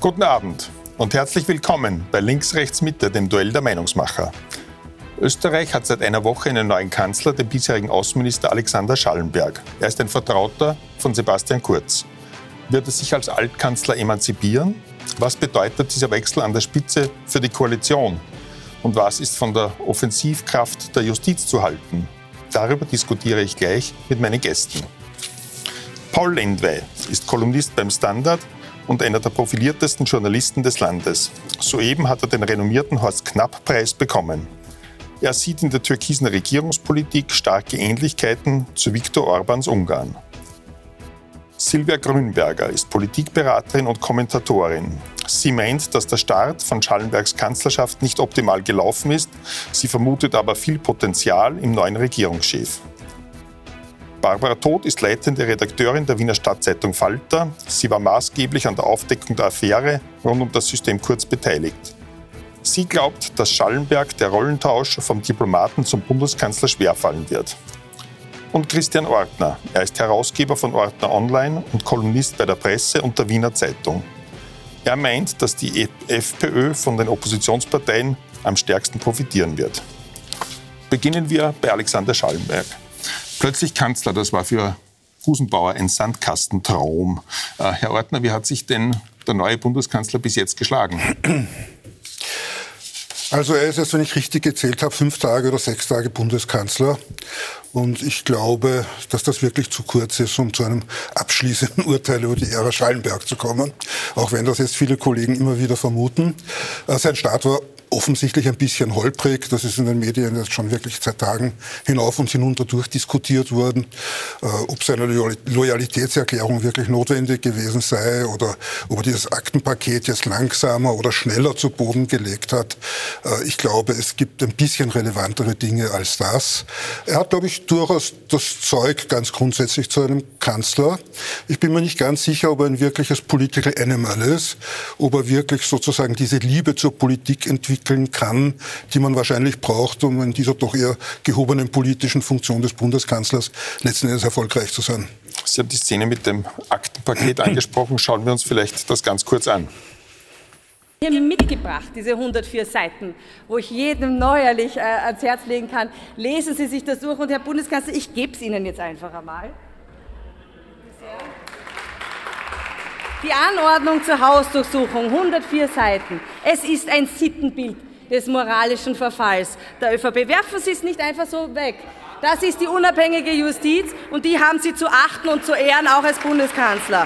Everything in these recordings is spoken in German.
Guten Abend und herzlich willkommen bei Links, Rechts, Mitte, dem Duell der Meinungsmacher. Österreich hat seit einer Woche einen neuen Kanzler, den bisherigen Außenminister Alexander Schallenberg. Er ist ein Vertrauter von Sebastian Kurz. Wird er sich als Altkanzler emanzipieren? Was bedeutet dieser Wechsel an der Spitze für die Koalition? Und was ist von der Offensivkraft der Justiz zu halten? Darüber diskutiere ich gleich mit meinen Gästen. Paul Lendwey ist Kolumnist beim Standard und einer der profiliertesten Journalisten des Landes. Soeben hat er den renommierten Horst-Knapp-Preis bekommen. Er sieht in der türkisen Regierungspolitik starke Ähnlichkeiten zu Viktor Orbáns Ungarn. Silvia Grünberger ist Politikberaterin und Kommentatorin. Sie meint, dass der Start von Schallenbergs Kanzlerschaft nicht optimal gelaufen ist. Sie vermutet aber viel Potenzial im neuen Regierungschef. Barbara Todt ist leitende Redakteurin der Wiener Stadtzeitung Falter. Sie war maßgeblich an der Aufdeckung der Affäre rund um das System Kurz beteiligt. Sie glaubt, dass Schallenberg der Rollentausch vom Diplomaten zum Bundeskanzler schwerfallen wird. Und Christian Ortner. Er ist Herausgeber von Ortner Online und Kolumnist bei der Presse und der Wiener Zeitung. Er meint, dass die FPÖ von den Oppositionsparteien am stärksten profitieren wird. Beginnen wir bei Alexander Schallenberg. Plötzlich Kanzler, das war für Gusenbauer ein Sandkastentraum. Herr Ortner, wie hat sich denn der neue Bundeskanzler bis jetzt geschlagen? Also er ist jetzt, wenn ich richtig gezählt habe, 5 Tage oder 6 Tage Bundeskanzler. Und ich glaube, dass das wirklich zu kurz ist, um zu einem abschließenden Urteil über die Ära Schallenberg zu kommen. Auch wenn das jetzt viele Kollegen immer wieder vermuten. Sein Start war offensichtlich ein bisschen holprig. Das ist in den Medien jetzt schon wirklich seit Tagen hinauf und hinunter durchdiskutiert worden, ob seine Loyalitätserklärung wirklich notwendig gewesen sei oder ob er dieses Aktenpaket jetzt langsamer oder schneller zu Boden gelegt hat. Ich glaube, es gibt ein bisschen relevantere Dinge als das. Er hat, glaube ich, durchaus das Zeug ganz grundsätzlich zu einem Kanzler. Ich bin mir nicht ganz sicher, ob er ein wirkliches Political Animal ist, ob er wirklich sozusagen diese Liebe zur Politik entwickeln kann, die man wahrscheinlich braucht, um in dieser doch eher gehobenen politischen Funktion des Bundeskanzlers letzten Endes erfolgreich zu sein. Sie haben die Szene mit dem Aktenpaket angesprochen. Schauen wir uns vielleicht das ganz kurz an. Ich habe mitgebracht, diese 104 Seiten, wo ich jedem neuerlich ans Herz legen kann. Lesen Sie sich das durch und Herr Bundeskanzler, ich gebe es Ihnen jetzt einfach einmal. Die Anordnung zur Hausdurchsuchung, 104 Seiten. Es ist ein Sittenbild des moralischen Verfalls der ÖVP. Werfen Sie es nicht einfach so weg. Das ist die unabhängige Justiz und die haben Sie zu achten und zu ehren, auch als Bundeskanzler.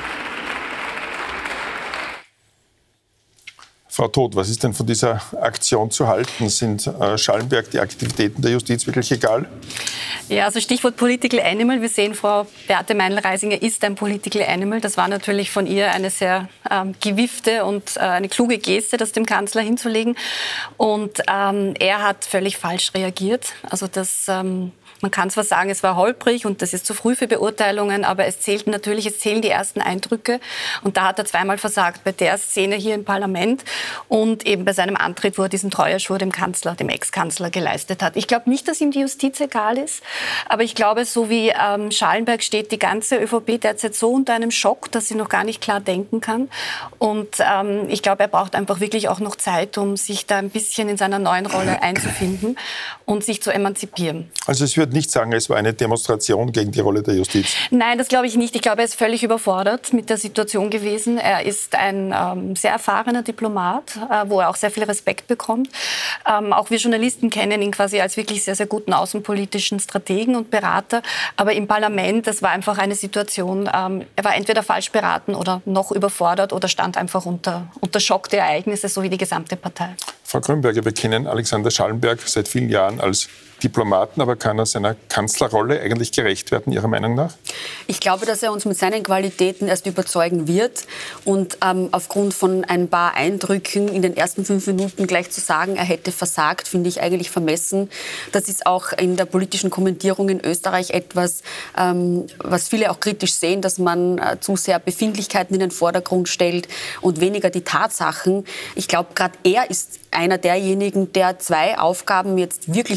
Frau Todt, was ist denn von dieser Aktion zu halten? Sind Schallenberg die Aktivitäten der Justiz wirklich egal? Ja, also Stichwort Political Animal. Wir sehen, Frau Beate Meinl-Reisinger ist ein Political Animal. Das war natürlich von ihr eine sehr gewiefte und eine kluge Geste, das dem Kanzler hinzulegen. Und er hat völlig falsch reagiert. Also das... Man kann zwar sagen, es war holprig und das ist zu früh für Beurteilungen, aber es zählen die ersten Eindrücke. Und da hat er zweimal versagt, bei der Szene hier im Parlament und eben bei seinem Antritt, wo er diesen Treueschwur dem Kanzler, dem Ex-Kanzler geleistet hat. Ich glaube nicht, dass ihm die Justiz egal ist, aber ich glaube, so wie Schallenberg steht die ganze ÖVP derzeit so unter einem Schock, dass sie noch gar nicht klar denken kann. Und ich glaube, er braucht einfach wirklich auch noch Zeit, um sich da ein bisschen in seiner neuen Rolle einzufinden und sich zu emanzipieren. Also es wird nicht sagen, es war eine Demonstration gegen die Rolle der Justiz. Nein, das glaube ich nicht. Ich glaube, er ist völlig überfordert mit der Situation gewesen. Er ist ein sehr erfahrener Diplomat, wo er auch sehr viel Respekt bekommt. Auch wir Journalisten kennen ihn quasi als wirklich sehr, sehr guten außenpolitischen Strategen und Berater. Aber im Parlament, das war einfach eine Situation, er war entweder falsch beraten oder noch überfordert oder stand einfach unter Schock der Ereignisse, so wie die gesamte Partei. Frau Grünberger, wir kennen Alexander Schallenberg seit vielen Jahren als Diplomaten, aber kann er seiner Kanzlerrolle eigentlich gerecht werden, Ihrer Meinung nach? Ich glaube, dass er uns mit seinen Qualitäten erst überzeugen wird. Und aufgrund von ein paar Eindrücken in den ersten 5 Minuten gleich zu sagen, er hätte versagt, finde ich eigentlich vermessen. Das ist auch in der politischen Kommentierung in Österreich etwas, was viele auch kritisch sehen, dass man zu sehr Befindlichkeiten in den Vordergrund stellt und weniger die Tatsachen. Ich glaube, gerade er ist einer derjenigen, der 2 Aufgaben jetzt wirklich gut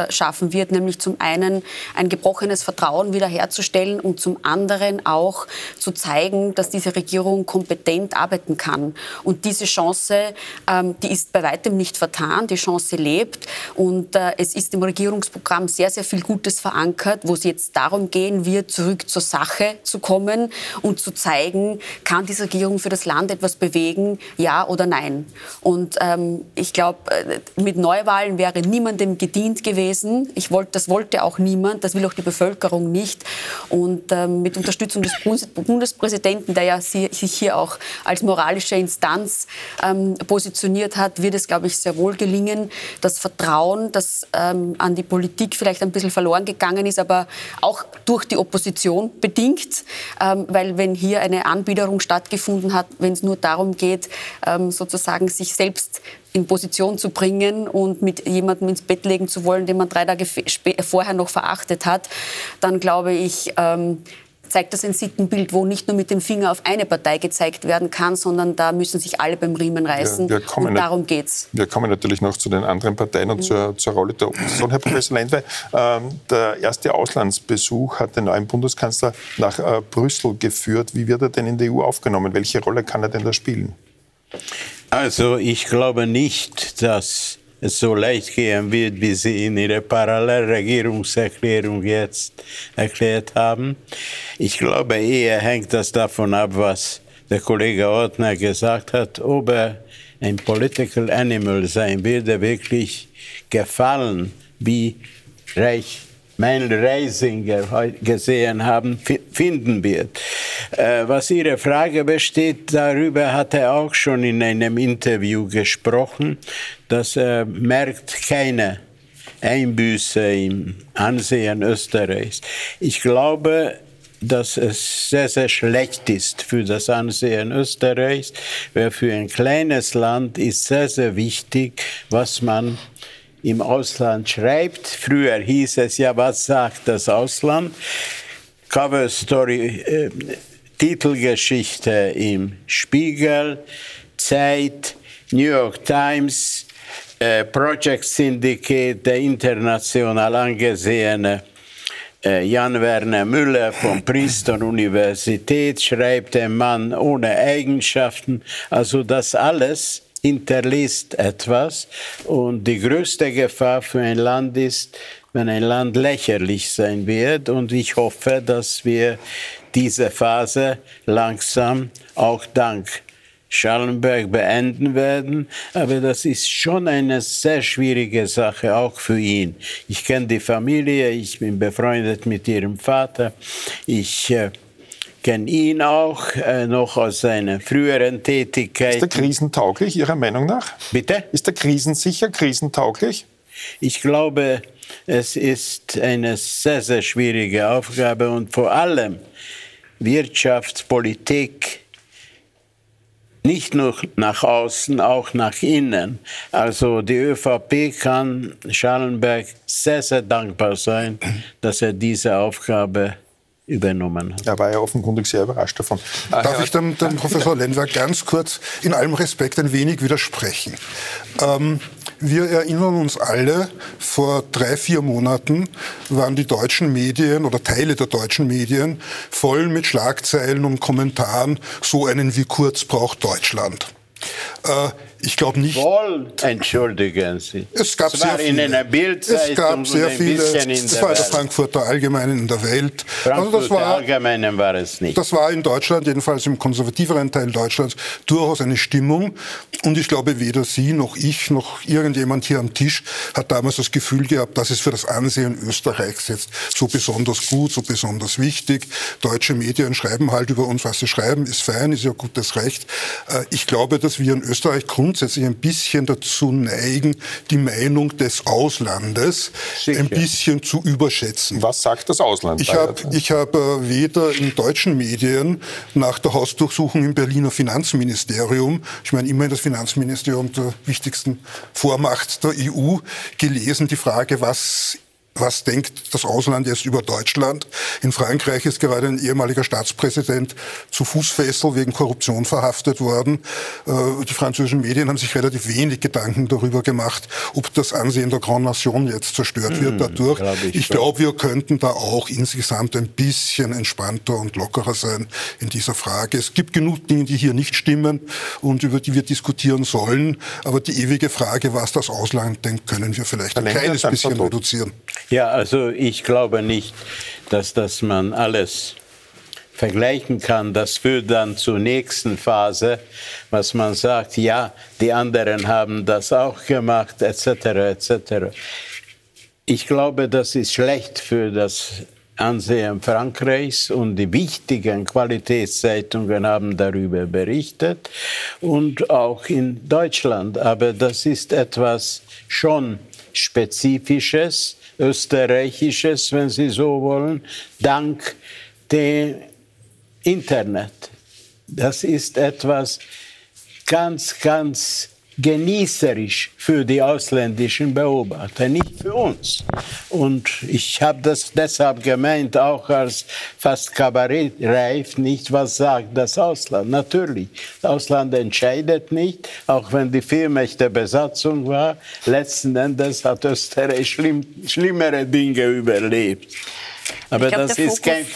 schaffen wird, nämlich zum einen ein gebrochenes Vertrauen wiederherzustellen und zum anderen auch zu zeigen, dass diese Regierung kompetent arbeiten kann. Und diese Chance, die ist bei weitem nicht vertan, die Chance lebt und es ist im Regierungsprogramm sehr, sehr viel Gutes verankert, wo es jetzt darum gehen wird, zurück zur Sache zu kommen und zu zeigen, kann diese Regierung für das Land etwas bewegen, ja oder nein. Und ich glaube, mit Neuwahlen wäre niemandem gedient gewesen. Das wollte auch niemand, das will auch die Bevölkerung nicht. Und mit Unterstützung des Bundespräsidenten, der ja sich hier auch als moralische Instanz positioniert hat, wird es, glaube ich, sehr wohl gelingen, das Vertrauen, das an die Politik vielleicht ein bisschen verloren gegangen ist, aber auch durch die Opposition bedingt, weil wenn hier eine Anbiederung stattgefunden hat, wenn es nur darum geht, sozusagen sich selbst in Position zu bringen und mit jemandem ins Bett legen zu wollen, den man 3 Tage vorher noch verachtet hat, dann glaube ich, zeigt das ein Sittenbild, wo nicht nur mit dem Finger auf eine Partei gezeigt werden kann, sondern da müssen sich alle beim Riemen reißen. Und darum geht's. Wir kommen natürlich noch zu den anderen Parteien und zur Rolle der Opposition. Herr Professor Lendwey, der erste Auslandsbesuch hat den neuen Bundeskanzler nach Brüssel geführt. Wie wird er denn in der EU aufgenommen? Welche Rolle kann er denn da spielen? Also ich glaube nicht, dass es so leicht gehen wird, wie Sie in Ihrer Parallelregierungserklärung jetzt erklärt haben. Ich glaube, eher hängt das davon ab, was der Kollege Ortner gesagt hat, ob er ein Political Animal sein wird, der wirklich Gefallen, wie Meinl Reisinger gesehen haben, finden wird. Was Ihre Frage besteht, darüber hat er auch schon in einem Interview gesprochen, dass er merkt keine Einbüße im Ansehen Österreichs. Ich glaube, dass es sehr, sehr schlecht ist für das Ansehen Österreichs, weil für ein kleines Land ist sehr, sehr wichtig, was man im Ausland schreibt. Früher hieß es ja, was sagt das Ausland? Cover Story, Titelgeschichte im Spiegel, Zeit, New York Times, Project Syndicate, der international angesehene Jan Werner Müller von Princeton Universität schreibt, ein Mann ohne Eigenschaften. Also das alles hinterlässt etwas. Und die größte Gefahr für ein Land ist, wenn ein Land lächerlich sein wird. Und ich hoffe, dass wir diese Phase langsam auch dank Schallenberg beenden werden. Aber das ist schon eine sehr schwierige Sache, auch für ihn. Ich kenne die Familie, ich bin befreundet mit ihrem Vater. Ich kenne ihn auch noch aus seiner früheren Tätigkeit. Ist er krisentauglich, Ihrer Meinung nach? Bitte? Ist er krisensicher, krisentauglich? Ich glaube, es ist eine sehr, sehr schwierige Aufgabe und vor allem Wirtschaftspolitik, nicht nur nach außen, auch nach innen. Also die ÖVP kann Schallenberg sehr, sehr dankbar sein, dass er diese Aufgabe übernommen hat. Er war ja offenkundig sehr überrascht davon. Darf ich dem Professor Lendwey ganz kurz in allem Respekt ein wenig widersprechen? Wir erinnern uns alle, vor 3-4 Monaten waren die deutschen Medien oder Teile der deutschen Medien voll mit Schlagzeilen und Kommentaren, so einen wie Kurz braucht Deutschland. Ich glaube nicht. Voll, entschuldigen Sie. Es gab sehr viele. In einer Bildzeitung. Es gab sehr viele. Das war in der Frankfurter Allgemeinen, in der Welt. Frankfurter Allgemeinen war es nicht. Das war in Deutschland, jedenfalls im konservativeren Teil Deutschlands, durchaus eine Stimmung. Und ich glaube, weder Sie noch ich noch irgendjemand hier am Tisch hat damals das Gefühl gehabt, dass es für das Ansehen Österreichs jetzt so besonders gut, so besonders wichtig. Deutsche Medien schreiben halt über uns, was sie schreiben, ist fein, ist ja gutes Recht. Ich glaube, dass wir in Österreich grundsätzlich ein bisschen dazu neigen, die Meinung des Auslandes ein bisschen zu überschätzen. Was sagt das Ausland? Ich habe weder in deutschen Medien nach der Hausdurchsuchung im Berliner Finanzministerium, ich meine immerhin das Finanzministerium der wichtigsten Vormacht der EU, gelesen, die Frage, was was denkt das Ausland jetzt über Deutschland? In Frankreich ist gerade ein ehemaliger Staatspräsident zu Fußfessel wegen Korruption verhaftet worden. Die französischen Medien haben sich relativ wenig Gedanken darüber gemacht, ob das Ansehen der Grand Nation jetzt zerstört wird dadurch. Ich glaube, wir könnten da auch insgesamt ein bisschen entspannter und lockerer sein in dieser Frage. Es gibt genug Dinge, die hier nicht stimmen und über die wir diskutieren sollen. Aber die ewige Frage, was das Ausland denkt, können wir vielleicht ein kleines bisschen reduzieren. Ja, also ich glaube nicht, dass man alles vergleichen kann. Das führt dann zur nächsten Phase, was man sagt, ja, die anderen haben das auch gemacht, etc., etc. Ich glaube, das ist schlecht für das Ansehen Frankreichs und die wichtigen Qualitätszeitungen haben darüber berichtet und auch in Deutschland. Aber das ist etwas schon Spezifisches, Österreichisches, wenn Sie so wollen, dank dem Internet. Das ist etwas ganz, ganz genießerisch für die ausländischen Beobachter, nicht für uns. Und ich habe das deshalb gemeint, auch als fast kabarettreif, nicht was sagt das Ausland. Natürlich, das Ausland entscheidet nicht, auch wenn die Vielmächte Besatzung war. Letzten Endes hat Österreich schlimmere Dinge überlebt. Aber glaub, das ist kein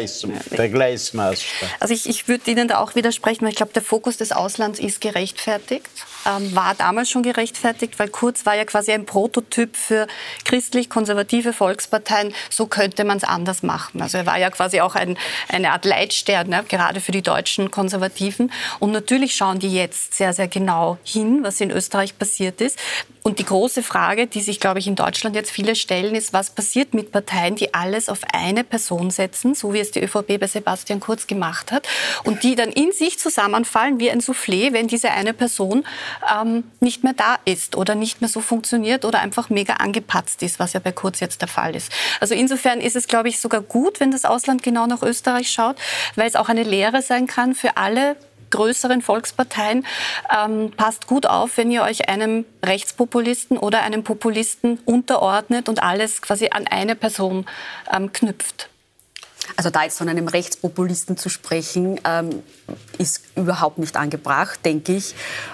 Vergleichsmaßstab. Also ich würde Ihnen da auch widersprechen, weil ich glaube, der Fokus des Auslands ist gerechtfertigt, war damals schon gerechtfertigt, weil Kurz war ja quasi ein Prototyp für christlich-konservative Volksparteien, so könnte man es anders machen. Also er war ja quasi auch eine Art Leitstern, ne, gerade für die deutschen Konservativen. Und natürlich schauen die jetzt sehr, sehr genau hin, was in Österreich passiert ist. Und die große Frage, die sich, glaube ich, in Deutschland jetzt viele stellen, ist, was passiert mit Parteien, die alles auf eine Person setzen, so wie es die ÖVP bei Sebastian Kurz gemacht hat, und die dann in sich zusammenfallen wie ein Soufflé, wenn diese eine Person nicht mehr da ist oder nicht mehr so funktioniert oder einfach mega angepatzt ist, was ja bei Kurz jetzt der Fall ist. Also insofern ist es, glaube ich, sogar gut, wenn das Ausland genau nach Österreich schaut, weil es auch eine Lehre sein kann für alle größeren Volksparteien. Passt gut auf, wenn ihr euch einem Rechtspopulisten oder einem Populisten unterordnet und alles quasi an eine Person knüpft. Also da jetzt von einem Rechtspopulisten zu sprechen, ist überhaupt nicht angebracht, denke ich.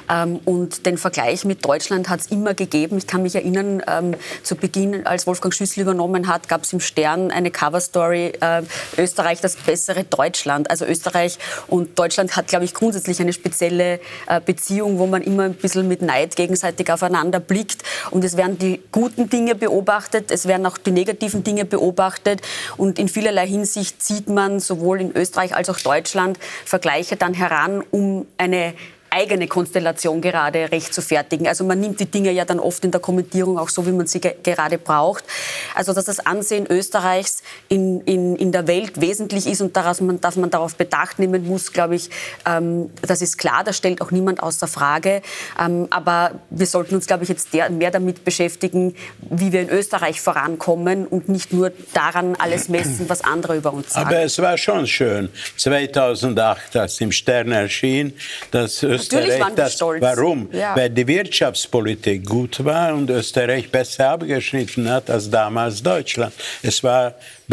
Und den Vergleich mit Deutschland hat es immer gegeben. Ich kann mich erinnern, zu Beginn, als Wolfgang Schüssel übernommen hat, gab es im Stern eine Coverstory, Österreich das bessere Deutschland. Also Österreich und Deutschland hat, glaube ich, grundsätzlich eine spezielle Beziehung, wo man immer ein bisschen mit Neid gegenseitig aufeinander blickt. Und es werden die guten Dinge beobachtet, es werden auch die negativen Dinge beobachtet. Und in vielerlei Hinsicht zieht man sowohl in Österreich als auch Deutschland Vergleiche dann heran, um eine eigene Konstellation gerade recht zu fertigen. Also man nimmt die Dinge ja dann oft in der Kommentierung auch so, wie man sie gerade braucht. Also dass das Ansehen Österreichs in der Welt wesentlich ist und dass man darauf Bedacht nehmen muss, glaube ich, das ist klar, das stellt auch niemand außer Frage. Aber wir sollten uns, glaube ich, jetzt mehr damit beschäftigen, wie wir in Österreich vorankommen und nicht nur daran alles messen, was andere über uns sagen. Aber es war schon schön, 2008, als im Stern erschien, dass Österreich das, warum? Ja. Weil die Wirtschaftspolitik gut war und Österreich besser abgeschnitten hat als damals Deutschland. Es war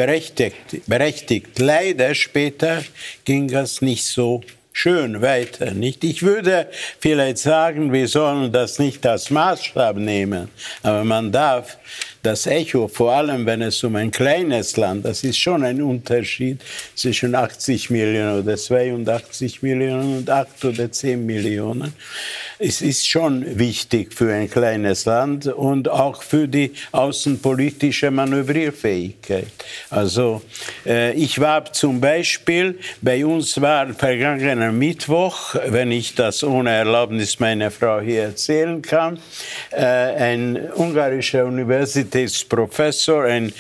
berechtigt. Leider später ging das nicht so schön weiter. Nicht? Ich würde vielleicht sagen, wir sollen das nicht als Maßstab nehmen, aber man darf das Echo, vor allem wenn es um ein kleines Land, das ist schon ein Unterschied zwischen 80 Millionen oder 82 Millionen und 8 oder 10 Millionen. Es ist schon wichtig für ein kleines Land und auch für die außenpolitische Manövrierfähigkeit. Also ich war zum Beispiel, bei uns war vergangenen Mittwoch, wenn ich das ohne Erlaubnis meiner Frau hier erzählen kann, ein ungarischer Universitätsprofessor, ein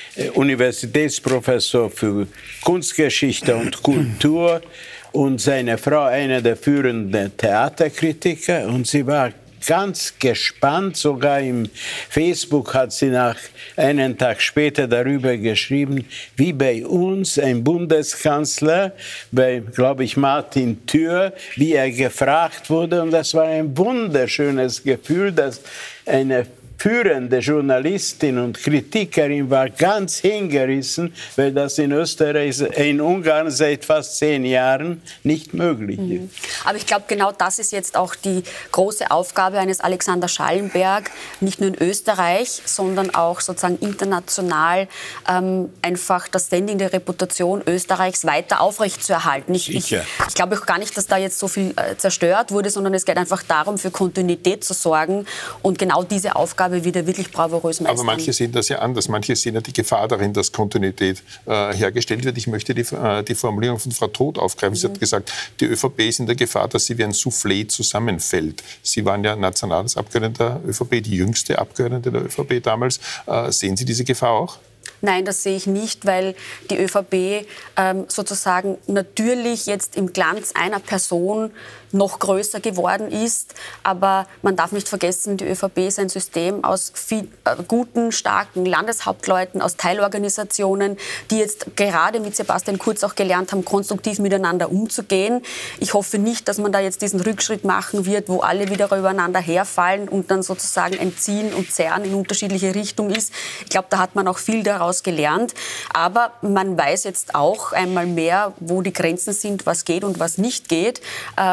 Universitätsprofessor für Kunstgeschichte und Kultur und seine Frau, eine der führenden Theaterkritiker. Und sie war ganz gespannt, sogar im Facebook hat sie einen Tag später darüber geschrieben, wie bei uns ein Bundeskanzler, bei, glaube ich, Martin Thür, wie er gefragt wurde. Und das war ein wunderschönes Gefühl, dass eine führende Journalistin und Kritikerin war ganz hingerissen, weil das in Österreich, in Ungarn seit fast 10 Jahren nicht möglich ist. Aber ich glaube, genau das ist jetzt auch die große Aufgabe eines Alexander Schallenberg, nicht nur in Österreich, sondern auch sozusagen international einfach das Standing, die Reputation Österreichs weiter aufrechtzuerhalten. Ich glaube auch gar nicht, dass da jetzt so viel zerstört wurde, sondern es geht einfach darum, für Kontinuität zu sorgen und genau diese Aufgabe wieder wirklich bravourös meistern. Aber manche sehen das ja anders. Manche sehen ja die Gefahr darin, dass Kontinuität hergestellt wird. Ich möchte die Formulierung von Frau Todt aufgreifen. Sie hat gesagt, die ÖVP ist in der Gefahr, dass sie wie ein Soufflé zusammenfällt. Sie waren ja Nationalratsabgeordnete der ÖVP, die jüngste Abgeordnete der ÖVP damals. Sehen Sie diese Gefahr auch? Nein, das sehe ich nicht, weil die ÖVP sozusagen natürlich jetzt im Glanz einer Person noch größer geworden ist. Aber man darf nicht vergessen, die ÖVP ist ein System aus guten, starken Landeshauptleuten, aus Teilorganisationen, die jetzt gerade mit Sebastian Kurz auch gelernt haben, konstruktiv miteinander umzugehen. Ich hoffe nicht, dass man da jetzt diesen Rückschritt machen wird, wo alle wieder übereinander herfallen und dann sozusagen ein Ziehen und Zerren in unterschiedliche Richtungen ist. Ich glaube, da hat man auch viel daraus gelernt. Aber man weiß jetzt auch einmal mehr, wo die Grenzen sind, was geht und was nicht geht.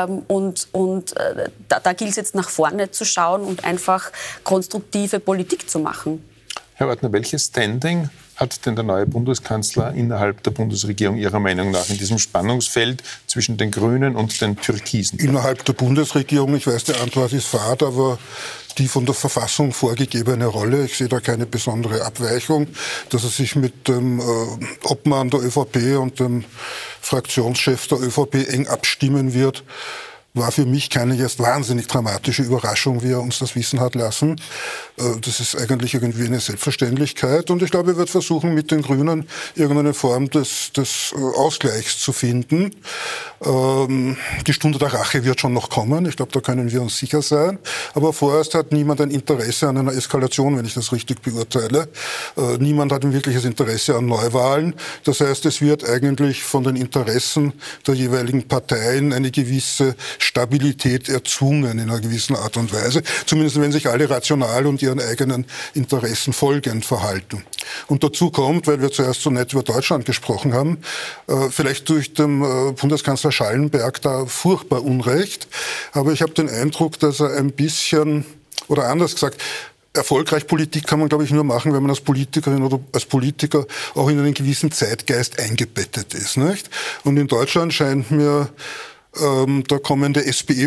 Da gilt es jetzt nach vorne zu schauen und einfach konstruktive Politik zu machen. Herr Ortner, welches Standing hat denn der neue Bundeskanzler innerhalb der Bundesregierung Ihrer Meinung nach in diesem Spannungsfeld zwischen den Grünen und den Türkisen? Innerhalb der Bundesregierung, ich weiß, die Antwort ist fad, aber die von der Verfassung vorgegebene Rolle, ich sehe da keine besondere Abweichung, dass er sich mit dem Obmann der ÖVP und dem Fraktionschef der ÖVP eng abstimmen wird, war für mich keine jetzt wahnsinnig dramatische Überraschung, wie er uns das wissen hat lassen. Das ist eigentlich irgendwie eine Selbstverständlichkeit. Und ich glaube, er wird versuchen, mit den Grünen irgendeine Form des Ausgleichs zu finden. Die Stunde der Rache wird schon noch kommen. Ich glaube, da können wir uns sicher sein. Aber vorerst hat niemand ein Interesse an einer Eskalation, wenn ich das richtig beurteile. Niemand hat ein wirkliches Interesse an Neuwahlen. Das heißt, es wird eigentlich von den Interessen der jeweiligen Parteien eine gewisse Stabilität erzwungen in einer gewissen Art und Weise. Zumindest wenn sich alle rational und ihren eigenen Interessen folgend verhalten. Und dazu kommt, weil wir zuerst so nett über Deutschland gesprochen haben, vielleicht durch den Bundeskanzler Schallenberg da furchtbar Unrecht. Aber ich habe den Eindruck, dass er ein bisschen, oder anders gesagt, erfolgreich Politik kann man, glaube ich, nur machen, wenn man als Politikerin oder als Politiker auch in einen gewissen Zeitgeist eingebettet ist, nicht? Und in Deutschland scheint mir der kommende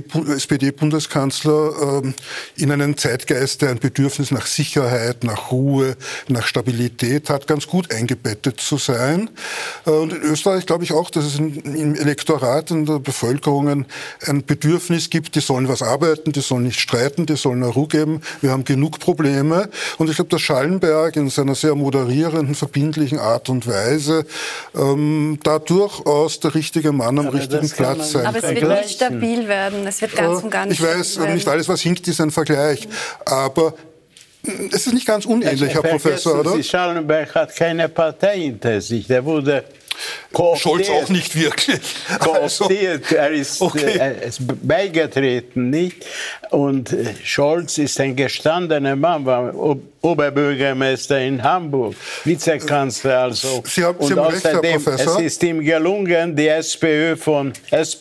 SPD-Bundeskanzler in einen Zeitgeist, der ein Bedürfnis nach Sicherheit, nach Ruhe, nach Stabilität hat, ganz gut eingebettet zu sein. Und in Österreich glaube ich auch, dass es im Elektorat, in der Bevölkerung ein Bedürfnis gibt, die sollen was arbeiten, die sollen nicht streiten, die sollen eine Ruhe geben. Wir haben genug Probleme. Und ich glaube, dass Schallenberg in seiner sehr moderierenden, verbindlichen Art und Weise da durchaus der richtige Mann am richtigen Platz sein. Aber es wird nicht stabil werden. Es wird ganz und gar nicht stabil werden. Ich weiß, nicht alles, was hinkt, ist ein Vergleich. Aber es ist nicht ganz unähnlich, Herr Professor, oder? Schallenberg hat keine Partei hinter sich. Der wurde kooptiert. Scholz auch nicht wirklich. Kooptiert. Er ist beigetreten, nicht? Und Scholz ist ein gestandener Mann, war Oberbürgermeister in Hamburg, Vizekanzler also. Sie haben recht, Herr Professor. Es ist ihm gelungen, die SPD von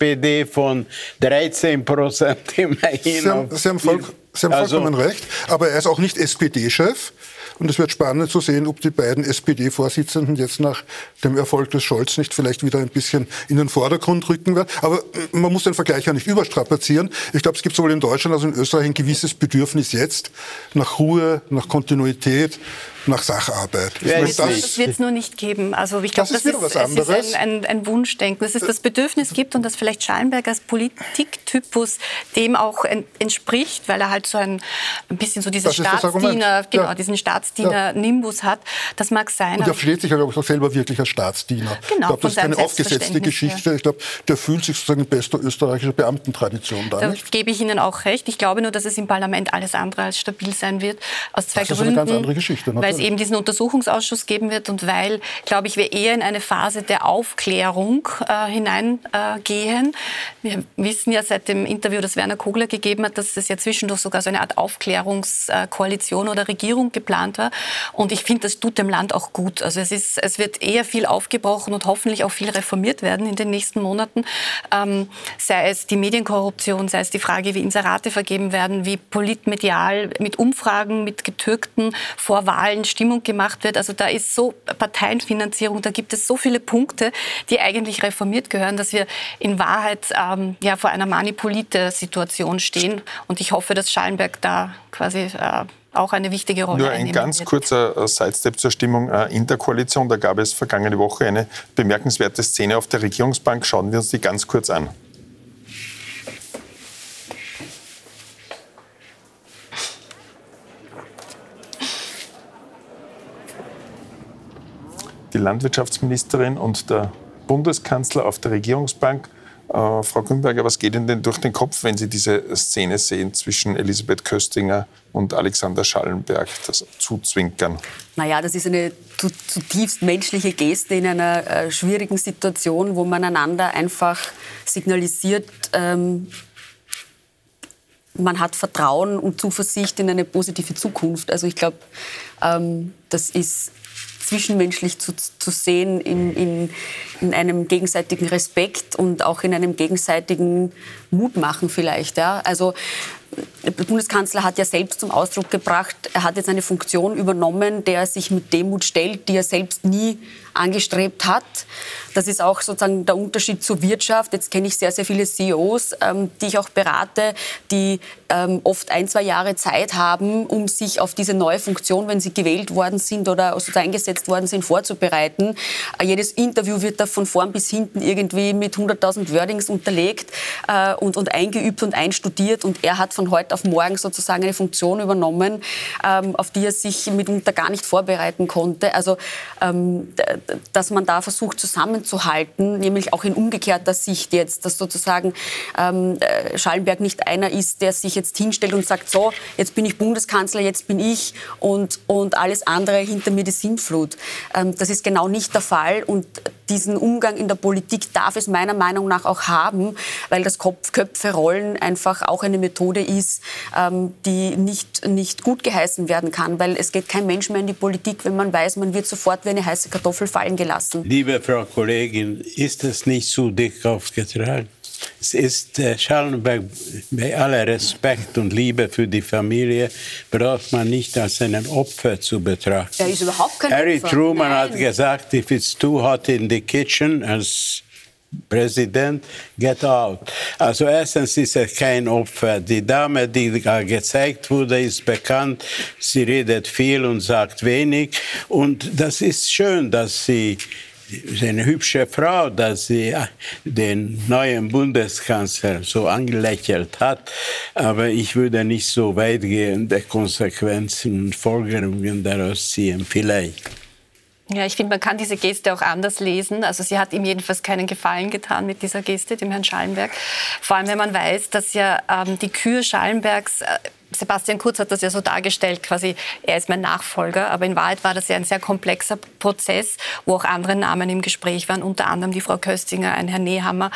13% immerhin. Sie haben vollkommen recht. Aber er ist auch nicht SPD-Chef. Und es wird spannend zu sehen, ob die beiden SPD-Vorsitzenden jetzt nach dem Erfolg des Scholz nicht vielleicht wieder ein bisschen in den Vordergrund rücken werden. Aber man muss den Vergleich ja nicht überstrapazieren. Ich glaube, es gibt sowohl in Deutschland als auch in Österreich ein gewisses Bedürfnis jetzt nach Ruhe, nach Kontinuität, nach Sacharbeit. Das wird es nur nicht geben. Also ich glaube, das ist ein Wunschdenken, dass es das Bedürfnis gibt und dass vielleicht Schallenberg als Politiktypus dem auch entspricht, weil er halt so ein bisschen so diesen diesen Staatsdiener-Nimbus hat. Das mag sein. Und er versteht sich ja, glaube ich, auch selber wirklich als Staatsdiener. Genau, ich glaube, das ist keine aufgesetzte Geschichte. Ja. Ich glaube, der fühlt sich sozusagen in bester österreichischer Beamtentradition da, nicht? Da gebe ich Ihnen auch recht. Ich glaube nur, dass es im Parlament alles andere als stabil sein wird. Aus zwei Gründen. Das ist eine ganz andere Geschichte, natürlich. weil es eben diesen Untersuchungsausschuss geben wird und weil, glaube ich, wir eher in eine Phase der Aufklärung hineingehen. Wir wissen ja seit dem Interview, das Werner Kogler gegeben hat, dass es ja zwischendurch sogar so eine Art Aufklärungskoalition oder Regierung geplant war. Und ich finde, das tut dem Land auch gut. Also es wird eher viel aufgebrochen und hoffentlich auch viel reformiert werden in den nächsten Monaten. Sei es die Medienkorruption, sei es die Frage, wie Inserate vergeben werden, wie politmedial mit Umfragen, mit Getürkten vor Wahlen Stimmung gemacht wird. Also da ist so Parteienfinanzierung, da gibt es so viele Punkte, die eigentlich reformiert gehören, dass wir in Wahrheit vor einer Manipulite-Situation stehen. Und ich hoffe, dass Schallenberg da quasi auch eine wichtige Rolle Nur ein ganz kurzer Sidestep zur Stimmung in der Koalition. Da gab es vergangene Woche eine bemerkenswerte Szene auf der Regierungsbank. Schauen wir uns die ganz kurz an. Die Landwirtschaftsministerin und der Bundeskanzler auf der Regierungsbank. Frau Grünberger, was geht Ihnen denn durch den Kopf, wenn Sie diese Szene sehen zwischen Elisabeth Köstinger und Alexander Schallenberg, das Zuzwinkern? Naja, das ist eine zutiefst menschliche Geste in einer schwierigen Situation, wo man einander einfach signalisiert, man hat Vertrauen und Zuversicht in eine positive Zukunft. Also ich glaube, das ist zwischenmenschlich zu sehen in einem gegenseitigen Respekt und auch in einem gegenseitigen Mutmachen vielleicht. Ja? Also der Bundeskanzler hat ja selbst zum Ausdruck gebracht, er hat jetzt eine Funktion übernommen, der er sich mit Demut stellt, die er selbst nie angestrebt hat. Das ist auch sozusagen der Unterschied zur Wirtschaft. Jetzt kenne ich sehr, sehr viele CEOs, die ich auch berate, die oft 1-2 Jahre Zeit haben, um sich auf diese neue Funktion, wenn sie gewählt worden sind oder sozusagen eingesetzt worden sind, vorzubereiten. Jedes Interview wird da von vorn bis hinten irgendwie mit 100.000 Wordings unterlegt und eingeübt und einstudiert. Und er hat von heute auf morgen sozusagen eine Funktion übernommen, auf die er sich mitunter gar nicht vorbereiten konnte. Also dass man da versucht zusammenzuhalten, nämlich auch in umgekehrter Sicht jetzt, dass sozusagen Schallenberg nicht einer ist, der sich jetzt hinstellt und sagt, so, jetzt bin ich Bundeskanzler, jetzt bin ich und alles andere hinter mir die Sintflut. Das ist genau nicht der Fall und diesen Umgang in der Politik darf es meiner Meinung nach auch haben, weil das Köpfe-Rollen einfach auch eine Methode ist, die nicht gut geheißen werden kann, weil es geht kein Mensch mehr in die Politik, wenn man weiß, man wird sofort wie eine heiße Kartoffel fallen gelassen. Liebe Frau Kollegin, ist das nicht zu dick aufgetragen? Es ist Schallenberg, bei aller Respekt und Liebe für die Familie, braucht man nicht als einen Opfer zu betrachten. Er ist überhaupt kein Harry Opfer. Truman Nein. hat gesagt, if it's too hot in the kitchen, als Präsident, get out. Also erstens ist er kein Opfer. Die Dame, die gezeigt wurde, ist bekannt. Sie redet viel und sagt wenig. Und das ist schön, dass sie eine hübsche Frau, dass sie den neuen Bundeskanzler so angelächelt hat. Aber ich würde nicht so weitgehende Konsequenzen und Folgerungen daraus ziehen. Vielleicht. Ja, ich finde, man kann diese Geste auch anders lesen. Also sie hat ihm jedenfalls keinen Gefallen getan mit dieser Geste, dem Herrn Schallenberg. Vor allem, wenn man weiß, dass ja die Kür Schallenbergs, Sebastian Kurz hat das ja so dargestellt, quasi, er ist mein Nachfolger, aber in Wahrheit war das ja ein sehr komplexer Prozess, wo auch andere Namen im Gespräch waren, unter anderem die Frau Köstinger, ein Herr Nehammer,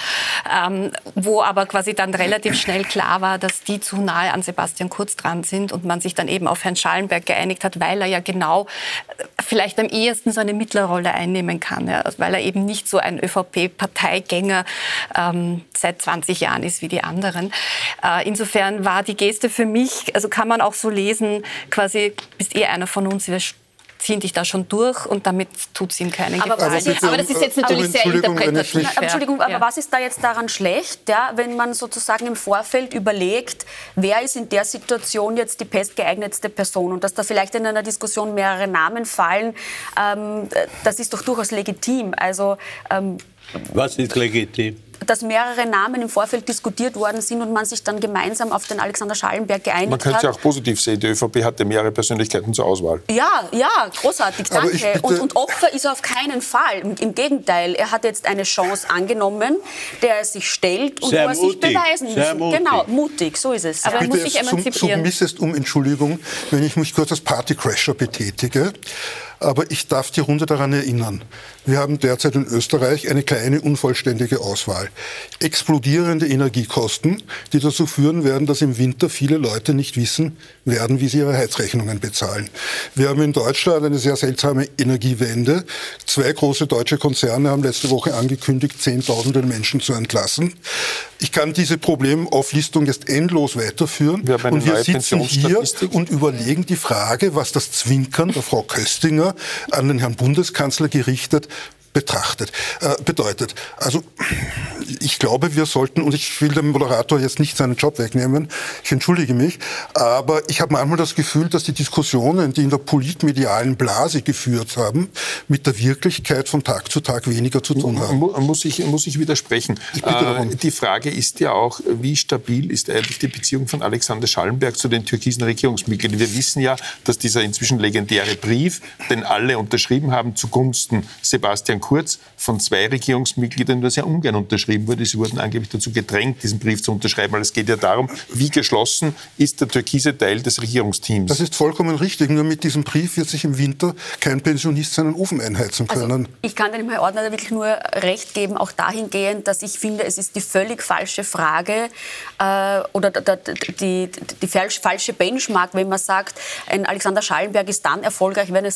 wo aber quasi dann relativ schnell klar war, dass die zu nahe an Sebastian Kurz dran sind und man sich dann eben auf Herrn Schallenberg geeinigt hat, weil er ja genau vielleicht am ehesten so eine Mittlerrolle einnehmen kann, ja, weil er eben nicht so ein ÖVP-Parteigänger seit 20 Jahren ist wie die anderen. Insofern war die Geste für mich, also kann man auch so lesen, quasi, bist einer von uns, wir ziehen dich da schon durch und damit tut es ihm keinen Gefallen. Aber das ist jetzt natürlich sehr interpretativ. Entschuldigung, aber ja. was ist da jetzt daran schlecht, ja, wenn man sozusagen im Vorfeld überlegt, wer ist in der Situation jetzt die bestgeeignetste Person und dass da vielleicht in einer Diskussion mehrere Namen fallen, das ist doch durchaus legitim. Also Was ist legitim? Dass mehrere Namen im Vorfeld diskutiert worden sind und man sich dann gemeinsam auf den Alexander Schallenberg geeinigt hat. Man könnte es ja auch positiv sehen, die ÖVP hatte mehrere Persönlichkeiten zur Auswahl. Ja, großartig, danke. Und Opfer ist er auf keinen Fall. Im Gegenteil, er hat jetzt eine Chance angenommen, der er sich stellt und sehr wo er sich beweisen muss. Mutig. Genau, mutig, so ist es. Aber er muss sich emanzipieren. Submissest um Entschuldigung, wenn ich mich kurz als Partycrasher betätige. Aber ich darf die Runde daran erinnern. Wir haben derzeit in Österreich eine kleine, unvollständige Auswahl. Explodierende Energiekosten, die dazu führen werden, dass im Winter viele Leute nicht wissen werden, wie sie ihre Heizrechnungen bezahlen. Wir haben in Deutschland eine sehr seltsame Energiewende. 2 große deutsche Konzerne haben letzte Woche angekündigt, Zehntausende Menschen zu entlassen. Ich kann diese Problemauflistung jetzt endlos weiterführen. Und wir sitzen hier und überlegen die Frage, was das Zwinkern der Frau Köstinger an den Herrn Bundeskanzler gerichtet bedeutet. Also ich glaube, wir sollten, und ich will dem Moderator jetzt nicht seinen Job wegnehmen, ich entschuldige mich, aber ich habe manchmal das Gefühl, dass die Diskussionen, die in der politmedialen Blase geführt haben, mit der Wirklichkeit von Tag zu Tag weniger zu tun haben. Muss ich widersprechen. Die Frage ist ja auch, wie stabil ist eigentlich die Beziehung von Alexander Schallenberg zu den türkisen Regierungsmitgliedern? Wir wissen ja, dass dieser inzwischen legendäre Brief, den alle unterschrieben haben, zugunsten Sebastian Kurz von 2 Regierungsmitgliedern nur sehr ungern unterschrieben wurde. Sie wurden angeblich dazu gedrängt, diesen Brief zu unterschreiben, weil es geht ja darum, wie geschlossen ist der türkise Teil des Regierungsteams. Das ist vollkommen richtig. Nur mit diesem Brief wird sich im Winter kein Pensionist seinen Ofen einheizen können. Also ich kann dem Herrn Ordner wirklich nur recht geben, auch dahingehend, dass ich finde, es ist die völlig falsche Frage oder die falsche Benchmark, wenn man sagt, ein Alexander Schallenberg ist dann erfolgreich, wenn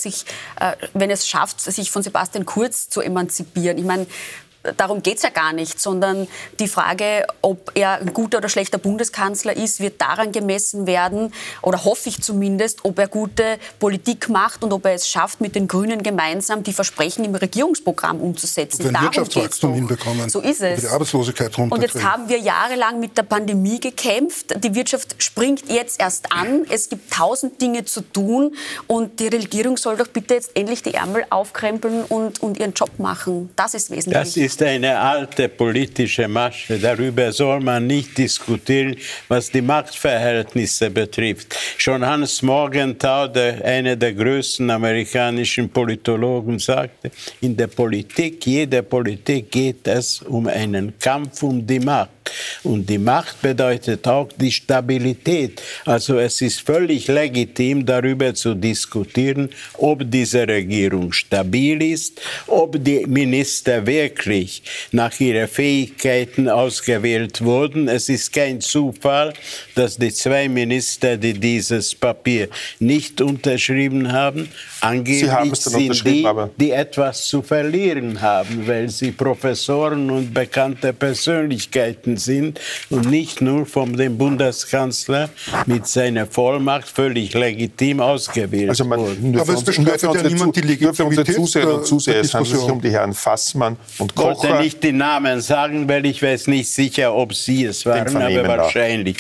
es schafft, sich von Sebastian Kurz zu emanzipieren. Ich meine, darum geht es ja gar nicht, sondern die Frage, ob er ein guter oder schlechter Bundeskanzler ist, wird daran gemessen werden, oder hoffe ich zumindest, ob er gute Politik macht und ob er es schafft, mit den Grünen gemeinsam die Versprechen im Regierungsprogramm umzusetzen. Ob wir ein Wirtschaftswachstum hinbekommen, so ist es. Die Arbeitslosigkeit runterkriegen. Und jetzt haben wir jahrelang mit der Pandemie gekämpft. Die Wirtschaft springt jetzt erst an. Es gibt 1000 Dinge zu tun und die Regierung soll doch bitte jetzt endlich die Ärmel aufkrempeln und ihren Job machen. Das ist wesentlich. Das ist eine alte politische Masche. Darüber soll man nicht diskutieren, was die Machtverhältnisse betrifft. Schon Hans Morgenthau, einer der größten amerikanischen Politologen, sagte, in der Politik, jeder Politik geht es um einen Kampf um die Macht. Und die Macht bedeutet auch die Stabilität. Also es ist völlig legitim, darüber zu diskutieren, ob diese Regierung stabil ist, ob die Minister wirklich nach ihren Fähigkeiten ausgewählt wurden. Es ist kein Zufall, dass die 2 Minister, die dieses Papier nicht unterschrieben haben, angeblich sind die etwas zu verlieren haben, weil sie Professoren und bekannte Persönlichkeiten sind und nicht nur von dem Bundeskanzler mit seiner Vollmacht völlig legitim ausgewählt wurden. Aber es bestreitet ja niemand die Legitimität. Nur für unsere Zuseherinnen und Zuseher, es handelt sich um die Herren Fassmann und Kocher. Ich wollte nicht die Namen sagen, weil ich weiß nicht sicher, ob sie es waren, aber wahrscheinlich.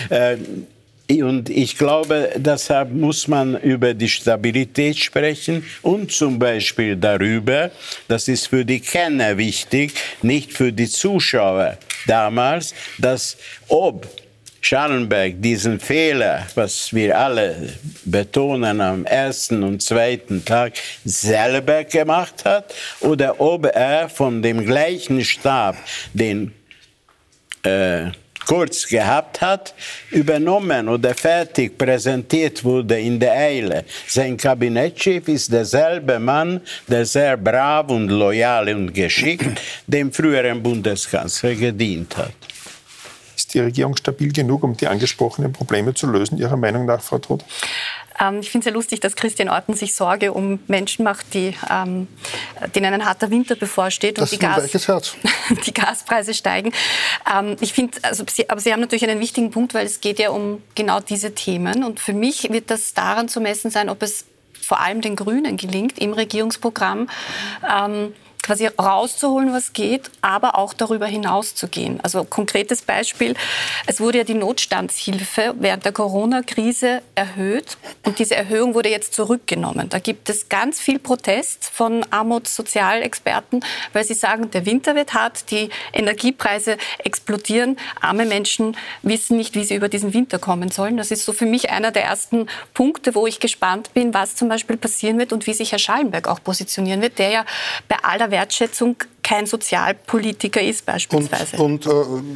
Und ich glaube, deshalb muss man über die Stabilität sprechen und zum Beispiel darüber, das ist für die Kenner wichtig, nicht für die Zuschauer damals, dass ob Schallenberg diesen Fehler, was wir alle betonen am 1. und 2. Tag, selber gemacht hat oder ob er von dem gleichen Stab, den Kurz gehabt hat, übernommen oder fertig präsentiert wurde in der Eile. Sein Kabinettschef ist derselbe Mann, der sehr brav und loyal und geschickt dem früheren Bundeskanzler gedient hat. Ist die Regierung stabil genug, um die angesprochenen Probleme zu lösen, Ihrer Meinung nach, Frau Todt? Ich finde es sehr lustig, dass Christian Orten sich Sorge um Menschen macht, denen ein harter Winter bevorsteht und die Gaspreise steigen. Ich finde, aber Sie haben natürlich einen wichtigen Punkt, weil es geht ja um genau diese Themen. Und für mich wird das daran zu messen sein, ob es vor allem den Grünen gelingt, im Regierungsprogramm quasi rauszuholen, was geht, aber auch darüber hinaus zu gehen. Also konkretes Beispiel, es wurde ja die Notstandshilfe während der Corona-Krise erhöht und diese Erhöhung wurde jetzt zurückgenommen. Da gibt es ganz viel Protest von Armutssozialexperten, weil sie sagen, der Winter wird hart, die Energiepreise explodieren, arme Menschen wissen nicht, wie sie über diesen Winter kommen sollen. Das ist so für mich einer der ersten Punkte, wo ich gespannt bin, was zum Beispiel passieren wird und wie sich Herr Schallenberg auch positionieren wird, der ja bei aller Wertschätzung kein Sozialpolitiker ist beispielsweise. Und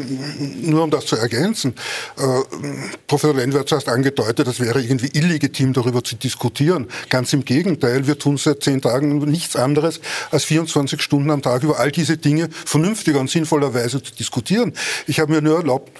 nur um das zu ergänzen, Professor Lennwertz hat angedeutet, das wäre irgendwie illegitim, darüber zu diskutieren. Ganz im Gegenteil, wir tun seit 10 Tagen nichts anderes, als 24 Stunden am Tag über all diese Dinge vernünftiger und sinnvoller Weise zu diskutieren. Ich habe mir nur erlaubt,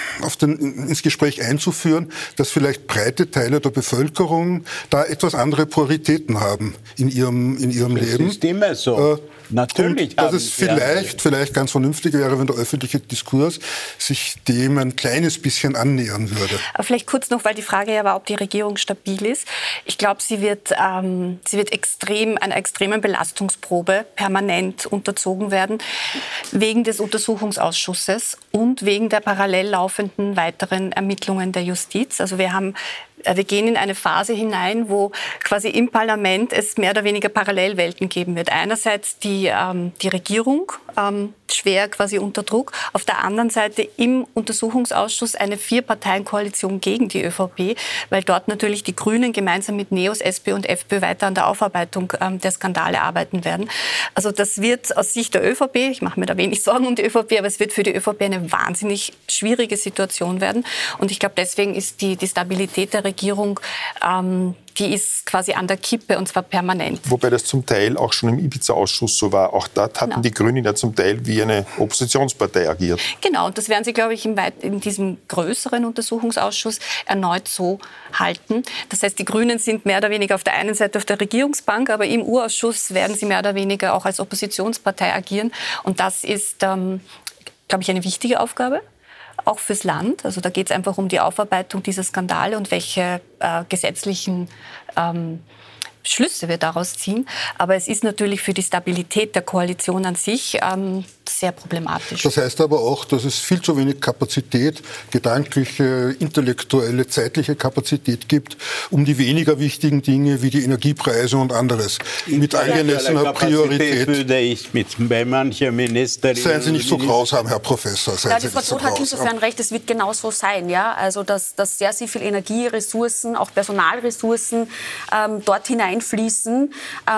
ins Gespräch einzuführen, dass vielleicht breite Teile der Bevölkerung da etwas andere Prioritäten haben in ihrem Leben. Das ist immer so. Natürlich. Und dass es vielleicht ganz vernünftig wäre, wenn der öffentliche Diskurs sich dem ein kleines bisschen annähern würde. Aber vielleicht kurz noch, weil die Frage ja war, ob die Regierung stabil ist. Ich glaube, sie wird einer extremen Belastungsprobe permanent unterzogen werden, wegen des Untersuchungsausschusses und wegen der parallel laufenden weiteren Ermittlungen der Justiz. Also wir gehen in eine Phase hinein, wo quasi im Parlament es mehr oder weniger Parallelwelten geben wird. Einerseits die Regierung, schwer quasi unter Druck. Auf der anderen Seite im Untersuchungsausschuss eine 4-Parteien-Koalition gegen die ÖVP, weil dort natürlich die Grünen gemeinsam mit NEOS, SP und FPÖ weiter an der Aufarbeitung der Skandale arbeiten werden. Also das wird aus Sicht der ÖVP, ich mache mir da wenig Sorgen um die ÖVP, aber es wird für die ÖVP eine wahnsinnig schwierige Situation werden. Und ich glaube, deswegen ist die Stabilität der Regierung, die ist quasi an der Kippe und zwar permanent. Wobei das zum Teil auch schon im Ibiza-Ausschuss so war. Auch dort hatten die Grünen ja zum Teil wie eine Oppositionspartei agiert. Genau, und das werden sie, glaube ich, in diesem größeren Untersuchungsausschuss erneut so halten. Das heißt, die Grünen sind mehr oder weniger auf der einen Seite auf der Regierungsbank, aber im Urausschuss werden sie mehr oder weniger auch als Oppositionspartei agieren. Und das ist, glaube ich, eine wichtige Aufgabe. Auch fürs Land. Also da geht es einfach um die Aufarbeitung dieser Skandale und welche gesetzlichen Schlüsse wir daraus ziehen. Aber es ist natürlich für die Stabilität der Koalition an sich sehr problematisch. Das heißt aber auch, dass es viel zu wenig Kapazität, gedankliche, intellektuelle, zeitliche Kapazität gibt, um die weniger wichtigen Dinge wie die Energiepreise und anderes mit angemessener Priorität. Würde ich bei manchen Ministern. Seien Sie nicht so grausam, Herr Professor. Ja, die Frau Todt hat insofern recht, es wird genau so sein. Ja? Also, dass sehr, sehr viel Energie, Ressourcen, auch Personalressourcen dort hineinfließen.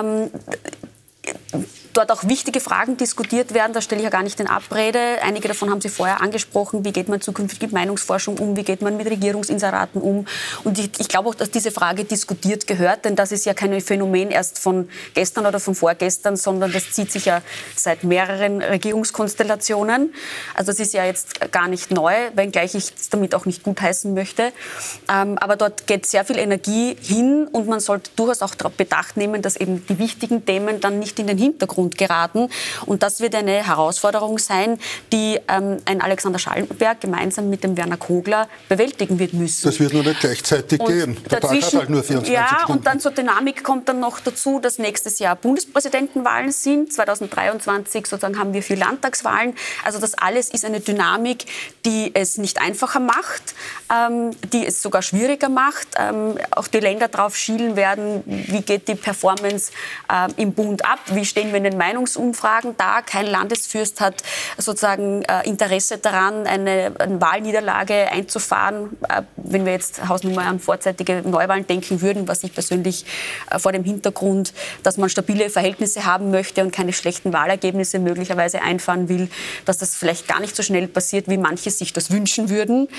Dort auch wichtige Fragen diskutiert werden, da stelle ich ja gar nicht in Abrede. Einige davon haben Sie vorher angesprochen. Wie geht man zukünftig mit Meinungsforschung um? Wie geht man mit Regierungsinseraten um? Und ich glaube auch, dass diese Frage diskutiert gehört, denn das ist ja kein Phänomen erst von gestern oder von vorgestern, sondern das zieht sich ja seit mehreren Regierungskonstellationen. Also das ist ja jetzt gar nicht neu, wenngleich ich es damit auch nicht gutheißen möchte. Aber dort geht sehr viel Energie hin und man sollte durchaus auch Bedacht nehmen, dass eben die wichtigen Themen dann nicht in den Hintergrund geraten. Und das wird eine Herausforderung sein, die ein Alexander Schallenberg gemeinsam mit dem Werner Kogler bewältigen wird müssen. Das wird nur nicht gleichzeitig gehen. Der Tag hat halt nur 24 Stunden. Und dann zur Dynamik kommt dann noch dazu, dass nächstes Jahr Bundespräsidentenwahlen sind. 2023 sozusagen haben wir 4 Landtagswahlen. Also das alles ist eine Dynamik, die es nicht einfacher macht, die es sogar schwieriger macht. Auch die Länder darauf schielen werden, wie geht die Performance im Bund ab, wie stehen wir in den Meinungsumfragen da. Kein Landesfürst hat sozusagen Interesse daran, eine Wahlniederlage einzufahren. Wenn wir jetzt Hausnummer an vorzeitige Neuwahlen denken würden, was ich persönlich vor dem Hintergrund, dass man stabile Verhältnisse haben möchte und keine schlechten Wahlergebnisse möglicherweise einfahren will, dass das vielleicht gar nicht so schnell passiert, wie manche sich das wünschen würden.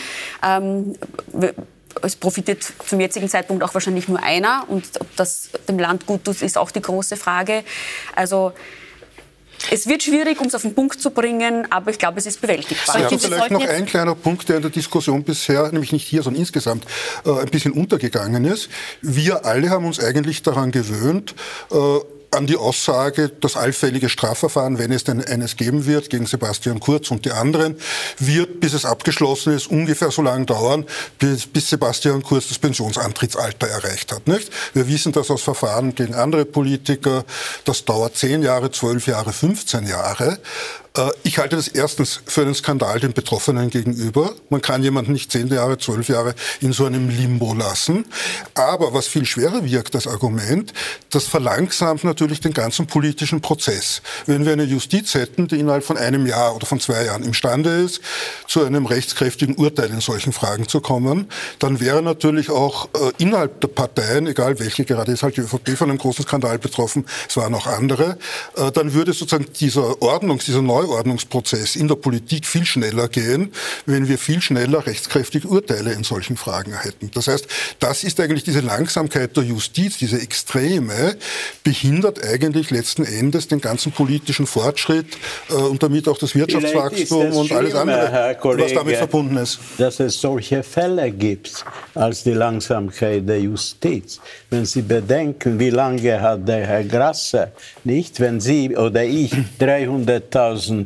Es profitiert zum jetzigen Zeitpunkt auch wahrscheinlich nur einer. Und ob das dem Land gut tut, ist auch die große Frage. Also es wird schwierig, um es auf den Punkt zu bringen, aber ich glaube, es ist bewältigbar. Ja, vielleicht noch ein kleiner Punkt, der in der Diskussion bisher, nämlich nicht hier, sondern insgesamt, ein bisschen untergegangen ist. Wir alle haben uns eigentlich daran gewöhnt, an die Aussage, das allfällige Strafverfahren, wenn es denn eines geben wird, gegen Sebastian Kurz und die anderen, wird, bis es abgeschlossen ist, ungefähr so lange dauern, bis Sebastian Kurz das Pensionsantrittsalter erreicht hat. Nicht? Wir wissen das aus Verfahren gegen andere Politiker, das dauert 10 Jahre, 12 Jahre, 15 Jahre. Ich halte das erstens für einen Skandal den Betroffenen gegenüber. Man kann jemanden nicht 10 Jahre, 12 Jahre in so einem Limbo lassen. Aber was viel schwerer wirkt, das Argument, das verlangsamt natürlich den ganzen politischen Prozess. Wenn wir eine Justiz hätten, die innerhalb von 1 Jahr oder von 2 Jahren imstande ist, zu einem rechtskräftigen Urteil in solchen Fragen zu kommen, dann wäre natürlich auch innerhalb der Parteien, egal welche, gerade ist halt die ÖVP von einem großen Skandal betroffen, es waren auch andere, dann würde sozusagen dieser Neuordnungsprozess in der Politik viel schneller gehen, wenn wir viel schneller rechtskräftige Urteile in solchen Fragen hätten. Das heißt, das ist eigentlich diese Langsamkeit der Justiz, diese Extreme, behindert eigentlich letzten Endes den ganzen politischen Fortschritt und damit auch das Wirtschaftswachstum und alles andere, was damit verbunden ist. Dass es solche Fälle gibt als die Langsamkeit der Justiz. Wenn Sie bedenken, wie lange hat der Herr Grasser nicht, wenn Sie oder ich 300.000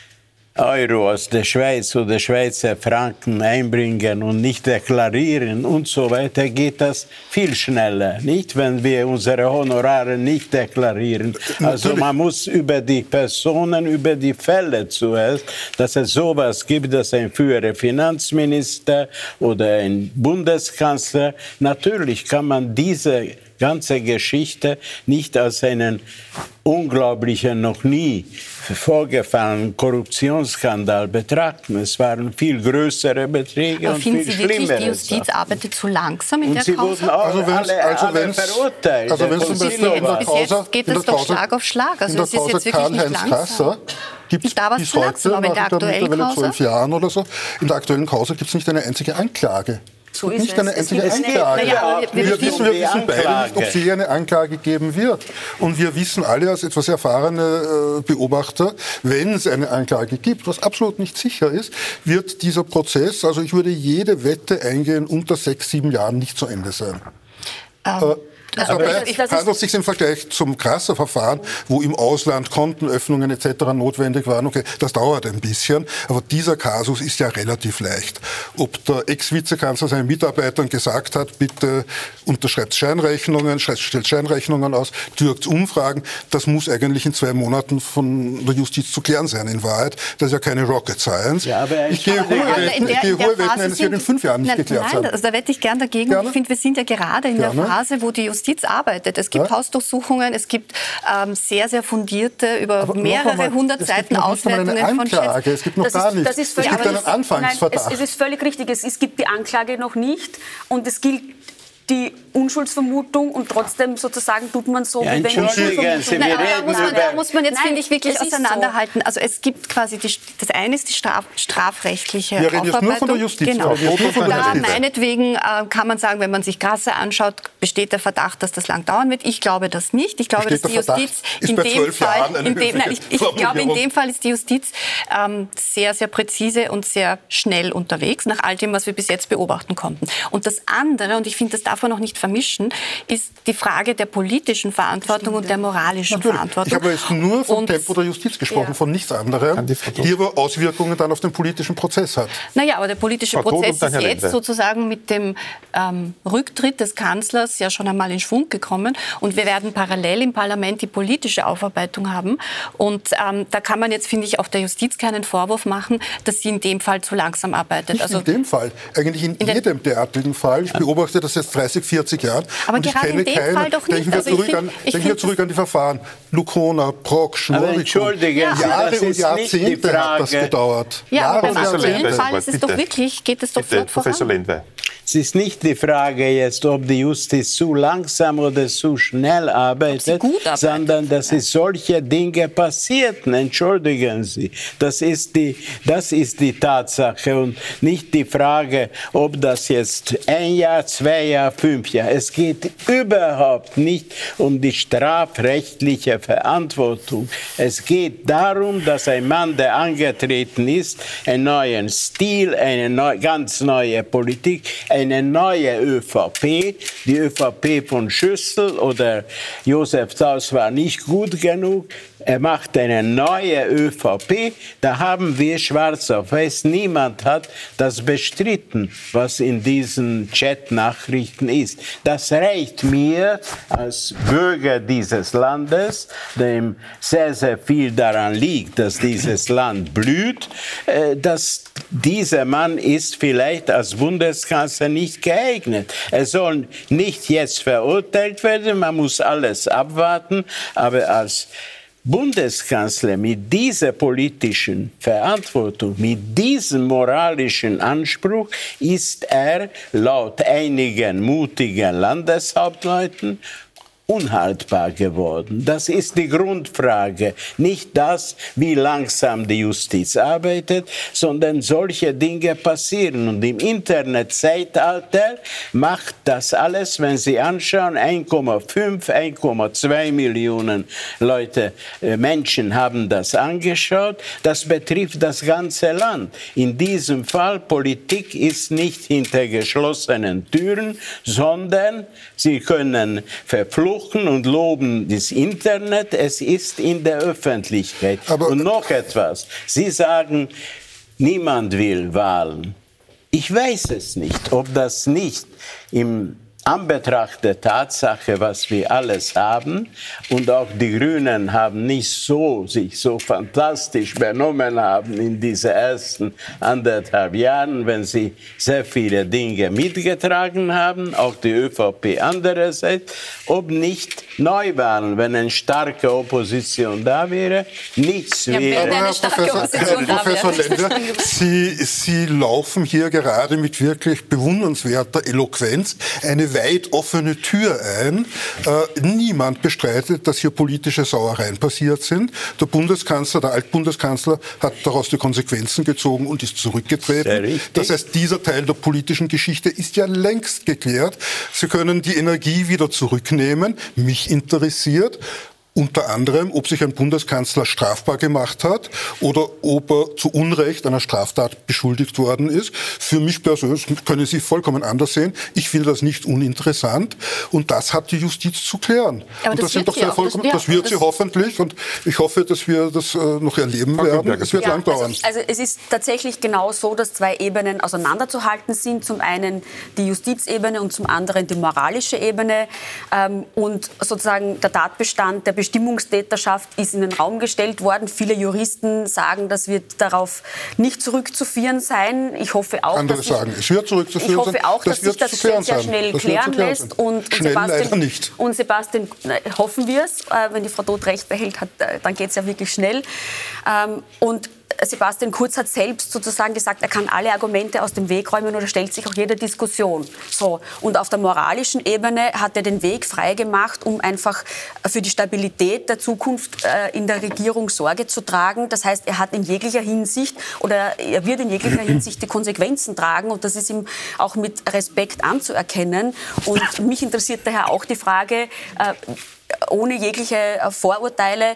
Euro aus der Schweiz oder Schweizer Franken einbringen und nicht deklarieren und so weiter, geht das viel schneller, nicht, wenn wir unsere Honorare nicht deklarieren. Also man muss über die Personen, über die Fälle zuerst, dass es sowas gibt, dass ein früherer Finanzminister oder ein Bundeskanzler, natürlich kann man diese ganze Geschichte nicht als einen unglaublichen, noch nie vorgefallenen Korruptionsskandal betrachten. Es waren viel größere Beträge und viel schlimmere. Finden Sie wirklich, die Justiz arbeitet zu langsam in der Causa? Und sie wurden alle verurteilt. Also wenn zum Beispiel in der Bis jetzt geht es doch Schlag auf Schlag. Also es ist jetzt wirklich nicht langsam. Gibt es bis heute, nach mittlerweile 12 Jahren oder so, in der aktuellen Causa gibt es nicht eine einzige Anklage. So ist nicht eine einzige Anklage. Wir wissen beide nicht, ob es je eine Anklage geben wird. Und wir wissen alle als etwas erfahrene Beobachter, wenn es eine Anklage gibt, was absolut nicht sicher ist, wird dieser Prozess, also ich würde jede Wette eingehen, unter 6, 7 Jahren nicht zu Ende sein. Dabei handelt es sich im Vergleich zum Grasser-Verfahren, wo im Ausland Kontenöffnungen etc. notwendig waren. Okay, das dauert ein bisschen, aber dieser Kasus ist ja relativ leicht. Ob der Ex-Vizekanzler seinen Mitarbeitern gesagt hat, bitte unterschreibt Scheinrechnungen, stellt Scheinrechnungen aus, türkt Umfragen, das muss eigentlich in 2 Monaten von der Justiz zu klären sein in Wahrheit. Das ist ja keine Rocket Science. Ja, ich gehe hohe Wetten, es wird in 5 Jahren nicht geklärt sein. Also da wette ich gern dagegen. Ich finde, wir sind ja gerade in der Phase, wo die Justiz arbeitet. Es gibt Hausdurchsuchungen, es gibt sehr, sehr fundierte, über mehrere 100 Seiten Auswertungen von Chats. Es gibt noch gar nichts. Es gibt einen Anfangsverdacht. Nein, es ist völlig richtig. Es gibt die Anklage noch nicht und es gilt die Unschuldsvermutung und trotzdem sozusagen tut man so, wie wenn da muss man jetzt, finde ich, wirklich auseinanderhalten. So. Also es gibt quasi, das eine ist die strafrechtliche Aufarbeitung. Wir reden nur von der Justiz. Genau. Da meinetwegen kann man sagen, wenn man sich Grasser anschaut, besteht der Verdacht, dass das lang dauern wird. Ich glaube das nicht. Ich glaube, dass die Justiz in dem Fall, ich glaube, in dem Fall ist die Justiz sehr, sehr präzise und sehr schnell unterwegs, nach all dem, was wir bis jetzt beobachten konnten. Und das andere, und ich finde, das darf man noch nicht vermischen, ist die Frage der politischen Verantwortung und der moralischen Verantwortung. Ich habe jetzt nur vom Tempo der Justiz gesprochen, von nichts anderem, die aber Auswirkungen dann auf den politischen Prozess hat. Naja, aber der politische Prozess ist jetzt sozusagen mit dem Rücktritt des Kanzlers ja schon einmal in Schwung gekommen und wir werden parallel im Parlament die politische Aufarbeitung haben und da kann man jetzt, finde ich, auch der Justiz keinen Vorwurf machen, dass sie in dem Fall zu langsam arbeitet. Nicht in dem Fall, eigentlich in jedem derartigen Fall. Ich beobachte das jetzt 30, 40 Jahren. Aber und gerade in dem Fall doch nicht. Denken wir zurück an die Verfahren. Lucona, Brock, Schnorrikum. Jahre und Jahrzehnte hat das gedauert. Ja, aber beim aktuellen Fall ist es doch wirklich, geht es doch flott voran. Professor Lendwey. Es ist nicht die Frage jetzt, ob die Justiz zu langsam oder zu schnell arbeitet, sondern dass es solche Dinge passierten. Entschuldigen Sie. Das ist die Tatsache und nicht die Frage, ob das jetzt 1 Jahr, 2 Jahre, 5 Jahre. Es geht überhaupt nicht um die strafrechtliche Verantwortung. Es geht darum, dass ein Mann, der angetreten ist, einen neuen Stil, eine ganz neue Politik, eine neue ÖVP. Die ÖVP von Schüssel oder Josef Daus war nicht gut genug. Er macht eine neue ÖVP. Da haben wir schwarz auf weiß. Niemand hat das bestritten, was in diesen Chat-Nachrichten ist. Das reicht mir als Bürger dieses Landes, dem sehr, sehr viel daran liegt, dass dieses Land blüht, dass dieser Mann ist vielleicht als Bundeskanzler nicht geeignet. Er soll nicht jetzt verurteilt werden, man muss alles abwarten, aber als Bundeskanzler mit dieser politischen Verantwortung, mit diesem moralischen Anspruch ist er laut einigen mutigen Landeshauptleuten unhaltbar geworden. Das ist die Grundfrage. Nicht das, wie langsam die Justiz arbeitet, sondern solche Dinge passieren. Und im Internetzeitalter macht das alles, wenn Sie anschauen, 1,5, 1,2 Millionen Menschen haben das angeschaut. Das betrifft das ganze Land. In diesem Fall, Politik ist nicht hinter geschlossenen Türen, sondern Sie können verfluchen und loben das Internet, es ist in der Öffentlichkeit. Und noch etwas, Sie sagen, niemand will Wahlen. Ich weiß es nicht, ob das nicht im Anbetracht der Tatsache, was wir alles haben, und auch die Grünen haben nicht sich so fantastisch benommen haben in diesen ersten 1,5 Jahren, wenn sie sehr viele Dinge mitgetragen haben, auch die ÖVP andererseits, ob nicht Neuwahlen, wenn eine starke Opposition da wäre, nichts wäre. Herr Professor Lender, Sie laufen hier gerade mit wirklich bewundernswerter Eloquenz eine weit offene Tür ein. Niemand bestreitet, dass hier politische Sauereien passiert sind. Der Bundeskanzler, der Altbundeskanzler, hat daraus die Konsequenzen gezogen und ist zurückgetreten. Das heißt, dieser Teil der politischen Geschichte ist ja längst geklärt. Sie können die Energie wieder zurücknehmen. Mich interessiert unter anderem, ob sich ein Bundeskanzler strafbar gemacht hat oder ob er zu Unrecht einer Straftat beschuldigt worden ist. Für mich persönlich, können Sie vollkommen anders sehen, ich finde das nicht uninteressant und das hat die Justiz zu klären. Aber und das wird sie hoffentlich und ich hoffe, dass wir das noch erleben werden. Es wird lang dauern. Also es ist tatsächlich genau so, dass 2 Ebenen auseinanderzuhalten sind. Zum einen die Justizebene und zum anderen die moralische Ebene. Und sozusagen der Tatbestand der Bestimmungstäterschaft ist in den Raum gestellt worden. Viele Juristen sagen, das wird darauf nicht zurückzuführen sein. Ich hoffe auch, Andere sagen, es wird zurückzuführen sein. Ich hoffe auch, dass sich das sehr, sehr schnell klären lässt. Und Sebastian, hoffen wir es, wenn die Frau Todt recht behält, dann geht es ja wirklich schnell. Und Sebastian Kurz hat selbst sozusagen gesagt, er kann alle Argumente aus dem Weg räumen oder stellt sich auch jeder Diskussion. So. Und auf der moralischen Ebene hat er den Weg freigemacht, um einfach für die Stabilität der Zukunft in der Regierung Sorge zu tragen. Das heißt, er hat in jeglicher Hinsicht oder er wird in jeglicher Hinsicht die Konsequenzen tragen und das ist ihm auch mit Respekt anzuerkennen. Und mich interessiert daher auch die Frage, ohne jegliche Vorurteile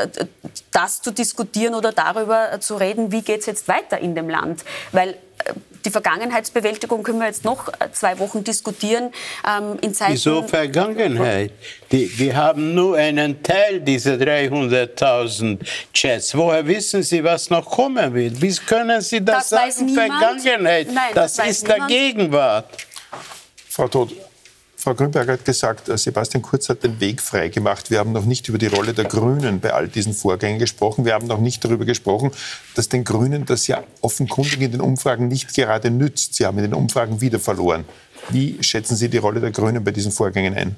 das zu diskutieren oder darüber zu reden, wie geht es jetzt weiter in dem Land. Weil die Vergangenheitsbewältigung können wir jetzt noch 2 Wochen diskutieren. In Zeiten Wieso Vergangenheit? Wir haben nur einen Teil dieser 300.000 Chats. Woher wissen Sie, was noch kommen wird? Wie können Sie das sagen? Vergangenheit, nein, das ist der Gegenwart. Frau Todt, Frau Grünberger hat gesagt, Sebastian Kurz hat den Weg freigemacht. Wir haben noch nicht über die Rolle der Grünen bei all diesen Vorgängen gesprochen. Wir haben noch nicht darüber gesprochen, dass den Grünen das ja offenkundig in den Umfragen nicht gerade nützt. Sie haben in den Umfragen wieder verloren. Wie schätzen Sie die Rolle der Grünen bei diesen Vorgängen ein?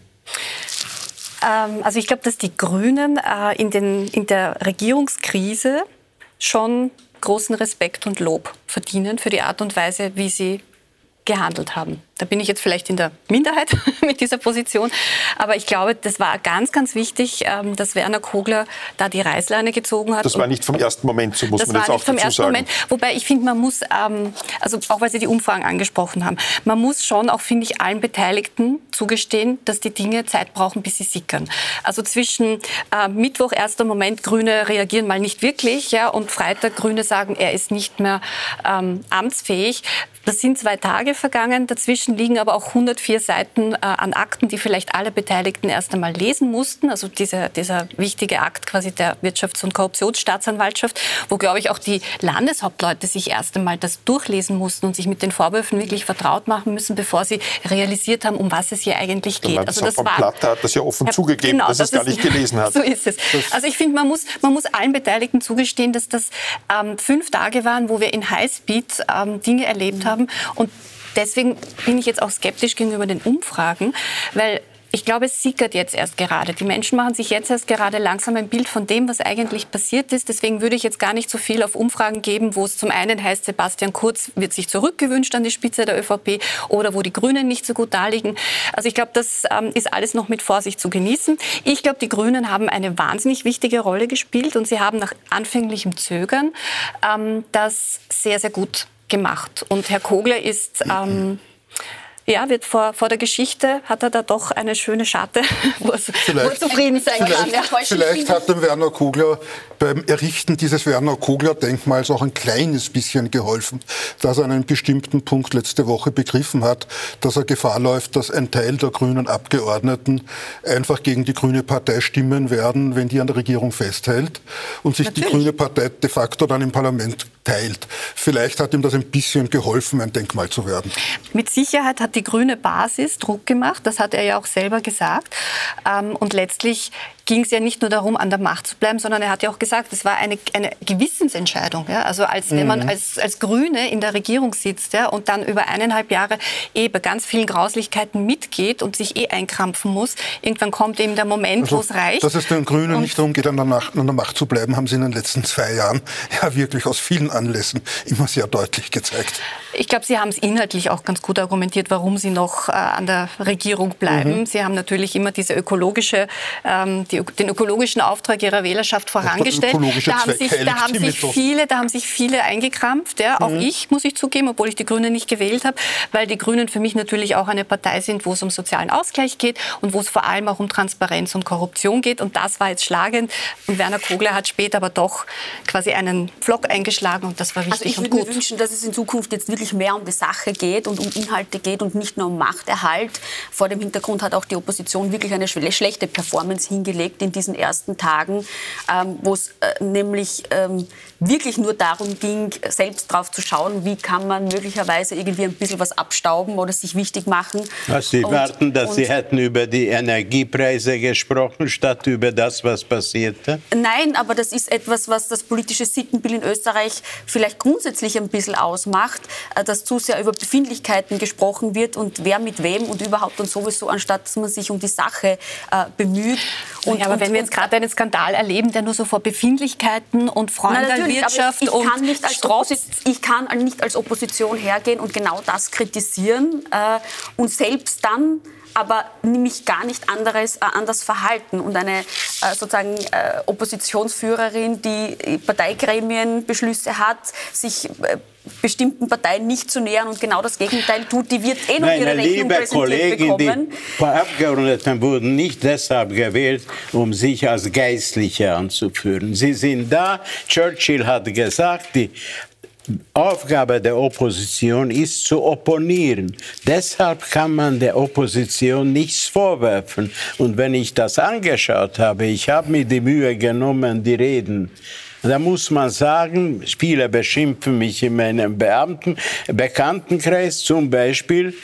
Also ich glaube, dass die Grünen in der Regierungskrise schon großen Respekt und Lob verdienen für die Art und Weise, wie sie gehandelt haben. Da bin ich jetzt vielleicht in der Minderheit mit dieser Position. Aber ich glaube, das war ganz, ganz wichtig, dass Werner Kogler da die Reißleine gezogen hat. Das war nicht vom ersten Moment, so muss man jetzt auch dazu sagen. Moment. Wobei ich finde, man muss, also auch weil Sie die Umfragen angesprochen haben, man muss schon auch, finde ich, allen Beteiligten zugestehen, dass die Dinge Zeit brauchen, bis sie sickern. Also zwischen Mittwoch, erster Moment, Grüne reagieren mal nicht wirklich, ja, und Freitag, Grüne sagen, er ist nicht mehr amtsfähig. Das sind 2 Tage vergangen. Dazwischen dazwischen liegen aber auch 104 Seiten an Akten, die vielleicht alle Beteiligten erst einmal lesen mussten. Also dieser wichtige Akt quasi der Wirtschafts- und Korruptionsstaatsanwaltschaft, wo, glaube ich, auch die Landeshauptleute sich erst einmal das durchlesen mussten und sich mit den Vorwürfen wirklich vertraut machen müssen, bevor sie realisiert haben, um was es hier eigentlich geht. Also das war Platter hat das ja offen zugegeben, dass er es gar nicht gelesen hat. So ist es. Also ich finde, man muss allen Beteiligten zugestehen, dass das 5 Tage waren, wo wir in Highspeed Dinge erlebt haben. Und deswegen bin ich jetzt auch skeptisch gegenüber den Umfragen, weil ich glaube, es sickert jetzt erst gerade. Die Menschen machen sich jetzt erst gerade langsam ein Bild von dem, was eigentlich passiert ist. Deswegen würde ich jetzt gar nicht so viel auf Umfragen geben, wo es zum einen heißt, Sebastian Kurz wird sich zurückgewünscht an die Spitze der ÖVP oder wo die Grünen nicht so gut daliegen. Also ich glaube, das ist alles noch mit Vorsicht zu genießen. Ich glaube, die Grünen haben eine wahnsinnig wichtige Rolle gespielt und sie haben nach anfänglichem Zögern das sehr, sehr gut gemacht. Und Herr Kogler ist... wird vor der Geschichte, hat er da doch eine schöne Scharte, wo er zufrieden sein kann. Vielleicht hat dem Werner Kogler beim Errichten dieses Werner-Kogler-Denkmals auch ein kleines bisschen geholfen, dass er an einem bestimmten Punkt letzte Woche begriffen hat, dass er Gefahr läuft, dass ein Teil der grünen Abgeordneten einfach gegen die Grüne Partei stimmen werden, wenn die an der Regierung festhält und sich die Grüne Partei de facto dann im Parlament teilt. Vielleicht hat ihm das ein bisschen geholfen, ein Denkmal zu werden. Mit Sicherheit hat die grüne Basis Druck gemacht, das hat er ja auch selber gesagt. Und letztlich ging es ja nicht nur darum, an der Macht zu bleiben, sondern er hat ja auch gesagt, es war eine Gewissensentscheidung. Ja? Also wenn man als Grüne in der Regierung sitzt, ja, und dann über 1,5 Jahre bei ganz vielen Grauslichkeiten mitgeht und sich einkrampfen muss, irgendwann kommt eben der Moment, wo es reicht. Dass es den Grünen nicht darum geht, an der Macht zu bleiben, haben sie in den letzten 2 Jahren ja wirklich aus vielen Anlässen immer sehr deutlich gezeigt. Ich glaube, Sie haben es inhaltlich auch ganz gut argumentiert, warum Sie noch an der Regierung bleiben. Sie haben natürlich immer diese den ökologischen Auftrag Ihrer Wählerschaft vorangestellt. Da haben sich viele eingekrampft. Ja. Auch ich, muss ich zugeben, obwohl ich die Grünen nicht gewählt habe, weil die Grünen für mich natürlich auch eine Partei sind, wo es um sozialen Ausgleich geht und wo es vor allem auch um Transparenz und Korruption geht. Und das war jetzt schlagend. Und Werner Kogler hat später aber doch quasi einen Pflock eingeschlagen und das war wichtig und gut. Ich würde mir wünschen, dass es in Zukunft jetzt wirklich mehr um die Sache geht und um Inhalte geht und nicht nur um Machterhalt. Vor dem Hintergrund hat auch die Opposition wirklich eine schlechte Performance hingelegt in diesen ersten Tagen, wo es nämlich wirklich nur darum ging, selbst drauf zu schauen, wie kann man möglicherweise irgendwie ein bisschen was abstauben oder sich wichtig machen. Sie warten, dass Sie hätten über die Energiepreise gesprochen, statt über das, was passierte? Nein, aber das ist etwas, was das politische Sittenbild in Österreich vielleicht grundsätzlich ein bisschen ausmacht, dass zu sehr über Befindlichkeiten gesprochen wird und wer mit wem und überhaupt und sowieso, anstatt dass man sich um die Sache bemüht. Aber wenn wir jetzt gerade einen Skandal erleben, der nur so vor Befindlichkeiten und Freundalwirtschaft und ich kann nicht als Opposition hergehen und genau das kritisieren und selbst dann aber nämlich gar nicht anders verhalten. Und eine sozusagen Oppositionsführerin, die Parteigremienbeschlüsse hat, sich bestimmten Parteien nicht zu nähern und genau das Gegenteil tut, die wird noch ihre Rechnung präsentiert bekommen. Die Abgeordneten wurden nicht deshalb gewählt, um sich als Geistliche anzuführen. Sie sind da. Churchill hat gesagt, die Aufgabe der Opposition ist zu opponieren. Deshalb kann man der Opposition nichts vorwerfen. Und wenn ich das angeschaut habe, ich habe mir die Mühe genommen, die Reden. Da muss man sagen, viele beschimpfen mich in meinem Bekanntenkreis, zum Beispiel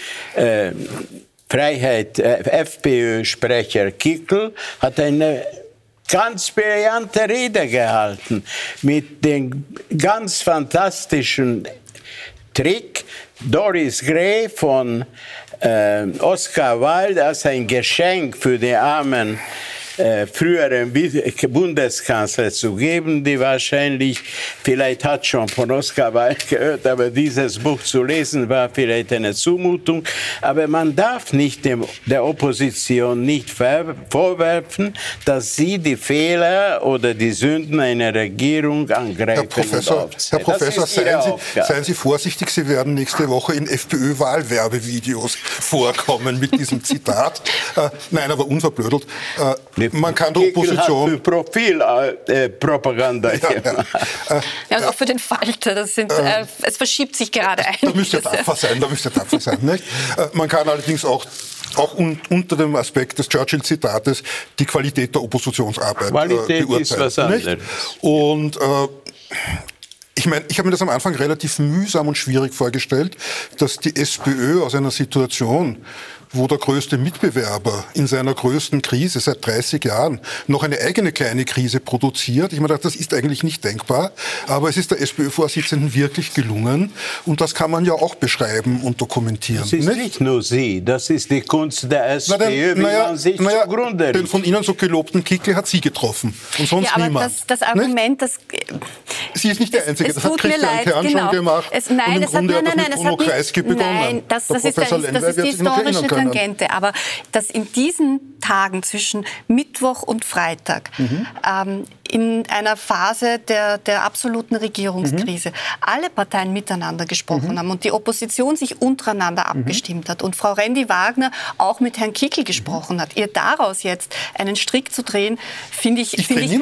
FPÖ-Sprecher Kickl hat eine ganz brillante Rede gehalten mit dem ganz fantastischen Trick, Doris Gray von Oscar Wilde als ein Geschenk für die armen früheren Bundeskanzler zu geben, die wahrscheinlich, vielleicht hat schon von Oscar Wilde gehört, aber dieses Buch zu lesen war vielleicht eine Zumutung. Aber man darf nicht der Opposition nicht vorwerfen, dass sie die Fehler oder die Sünden einer Regierung angreifen. Herr Professor, seien Sie vorsichtig, Sie werden nächste Woche in FPÖ-Wahlwerbevideos vorkommen mit diesem Zitat. Nein, aber unverblödelt. man kann der Opposition... Für Profilpropaganda. Ja, und auch für den Falter. Es verschiebt sich gerade ein. Da müsst ihr tapfer sein, nicht? Man kann allerdings auch unter dem Aspekt des Churchill-Zitates die Qualität der Oppositionsarbeit beurteilen. Ist was anderes. Nicht? Und ich habe mir das am Anfang relativ mühsam und schwierig vorgestellt, dass die SPÖ aus einer Situation, wo der größte Mitbewerber in seiner größten Krise seit 30 Jahren noch eine eigene kleine Krise produziert. Ich meine, das ist eigentlich nicht denkbar, aber es ist der SPÖ-Vorsitzenden wirklich gelungen und das kann man ja auch beschreiben und dokumentieren. Das ist nicht nur sie, das ist die Kunst der SPÖ, wie man sich zugrunde richtet. Den von Ihnen so gelobten Kickl hat sie getroffen und sonst aber niemand. Das Argument, das... Sie ist nicht der Einzige, das hat Christian Kern schon gemacht. Nein, das hat ist die historische Tangente. Aber dass in diesen Tagen zwischen Mittwoch und Freitag in einer Phase der absoluten Regierungskrise alle Parteien miteinander gesprochen haben und die Opposition sich untereinander abgestimmt hat und Frau Rendi-Wagner auch mit Herrn Kickl gesprochen hat. Ihr daraus jetzt einen Strick zu drehen, finde ich völlig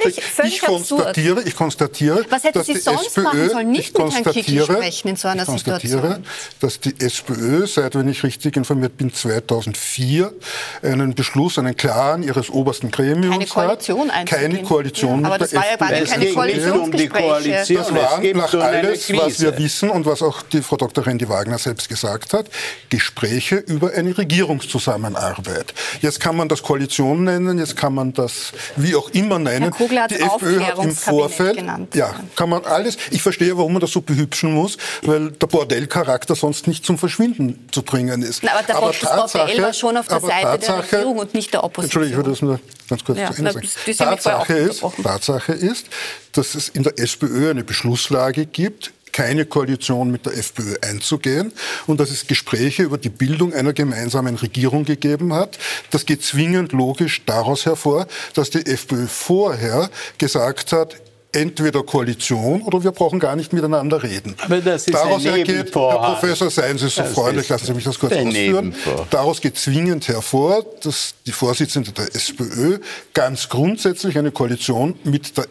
absurd. Ich konstatiere, was hätte sie sonst machen sollen? Nicht mit Herrn Kickl sprechen in so einer Situation. Dass die SPÖ, seit, wenn ich richtig informiert bin, 2004 einen Beschluss, einen klaren ihres obersten Gremiums keine Koalition aber mit das der war FPÖ. ja keine Koalitionsgespräche. Das waren nach alles, was wir wissen und was auch die Frau Dr. Rendi-Wagner selbst gesagt hat, Gespräche über eine Regierungszusammenarbeit. Jetzt kann man das Koalition nennen, jetzt kann man das wie auch immer nennen. Herr Kugler hat die FPÖ hat im Vorfeld genannt. Ja, kann man alles. Ich verstehe, warum man das so behübschen muss, weil der Bordellcharakter sonst nicht zum Verschwinden zu bringen ist. Na, aber das Bordell war schon auf der Seite der Regierung und nicht der Opposition. Entschuldigung, ich würde das nur ganz kurz zu Ende sagen. Tatsache ist, dass es in der SPÖ eine Beschlusslage gibt, keine Koalition mit der FPÖ einzugehen und dass es Gespräche über die Bildung einer gemeinsamen Regierung gegeben hat. Das geht zwingend logisch daraus hervor, dass die FPÖ vorher gesagt hat, entweder Koalition oder wir brauchen gar nicht miteinander reden. Aber das ist daraus ein ergeht, Herr Professor, seien Sie so freundlich, lassen Sie mich das kurz ausführen. Daraus geht zwingend hervor, dass die Vorsitzende der SPÖ ganz grundsätzlich eine Koalition mit der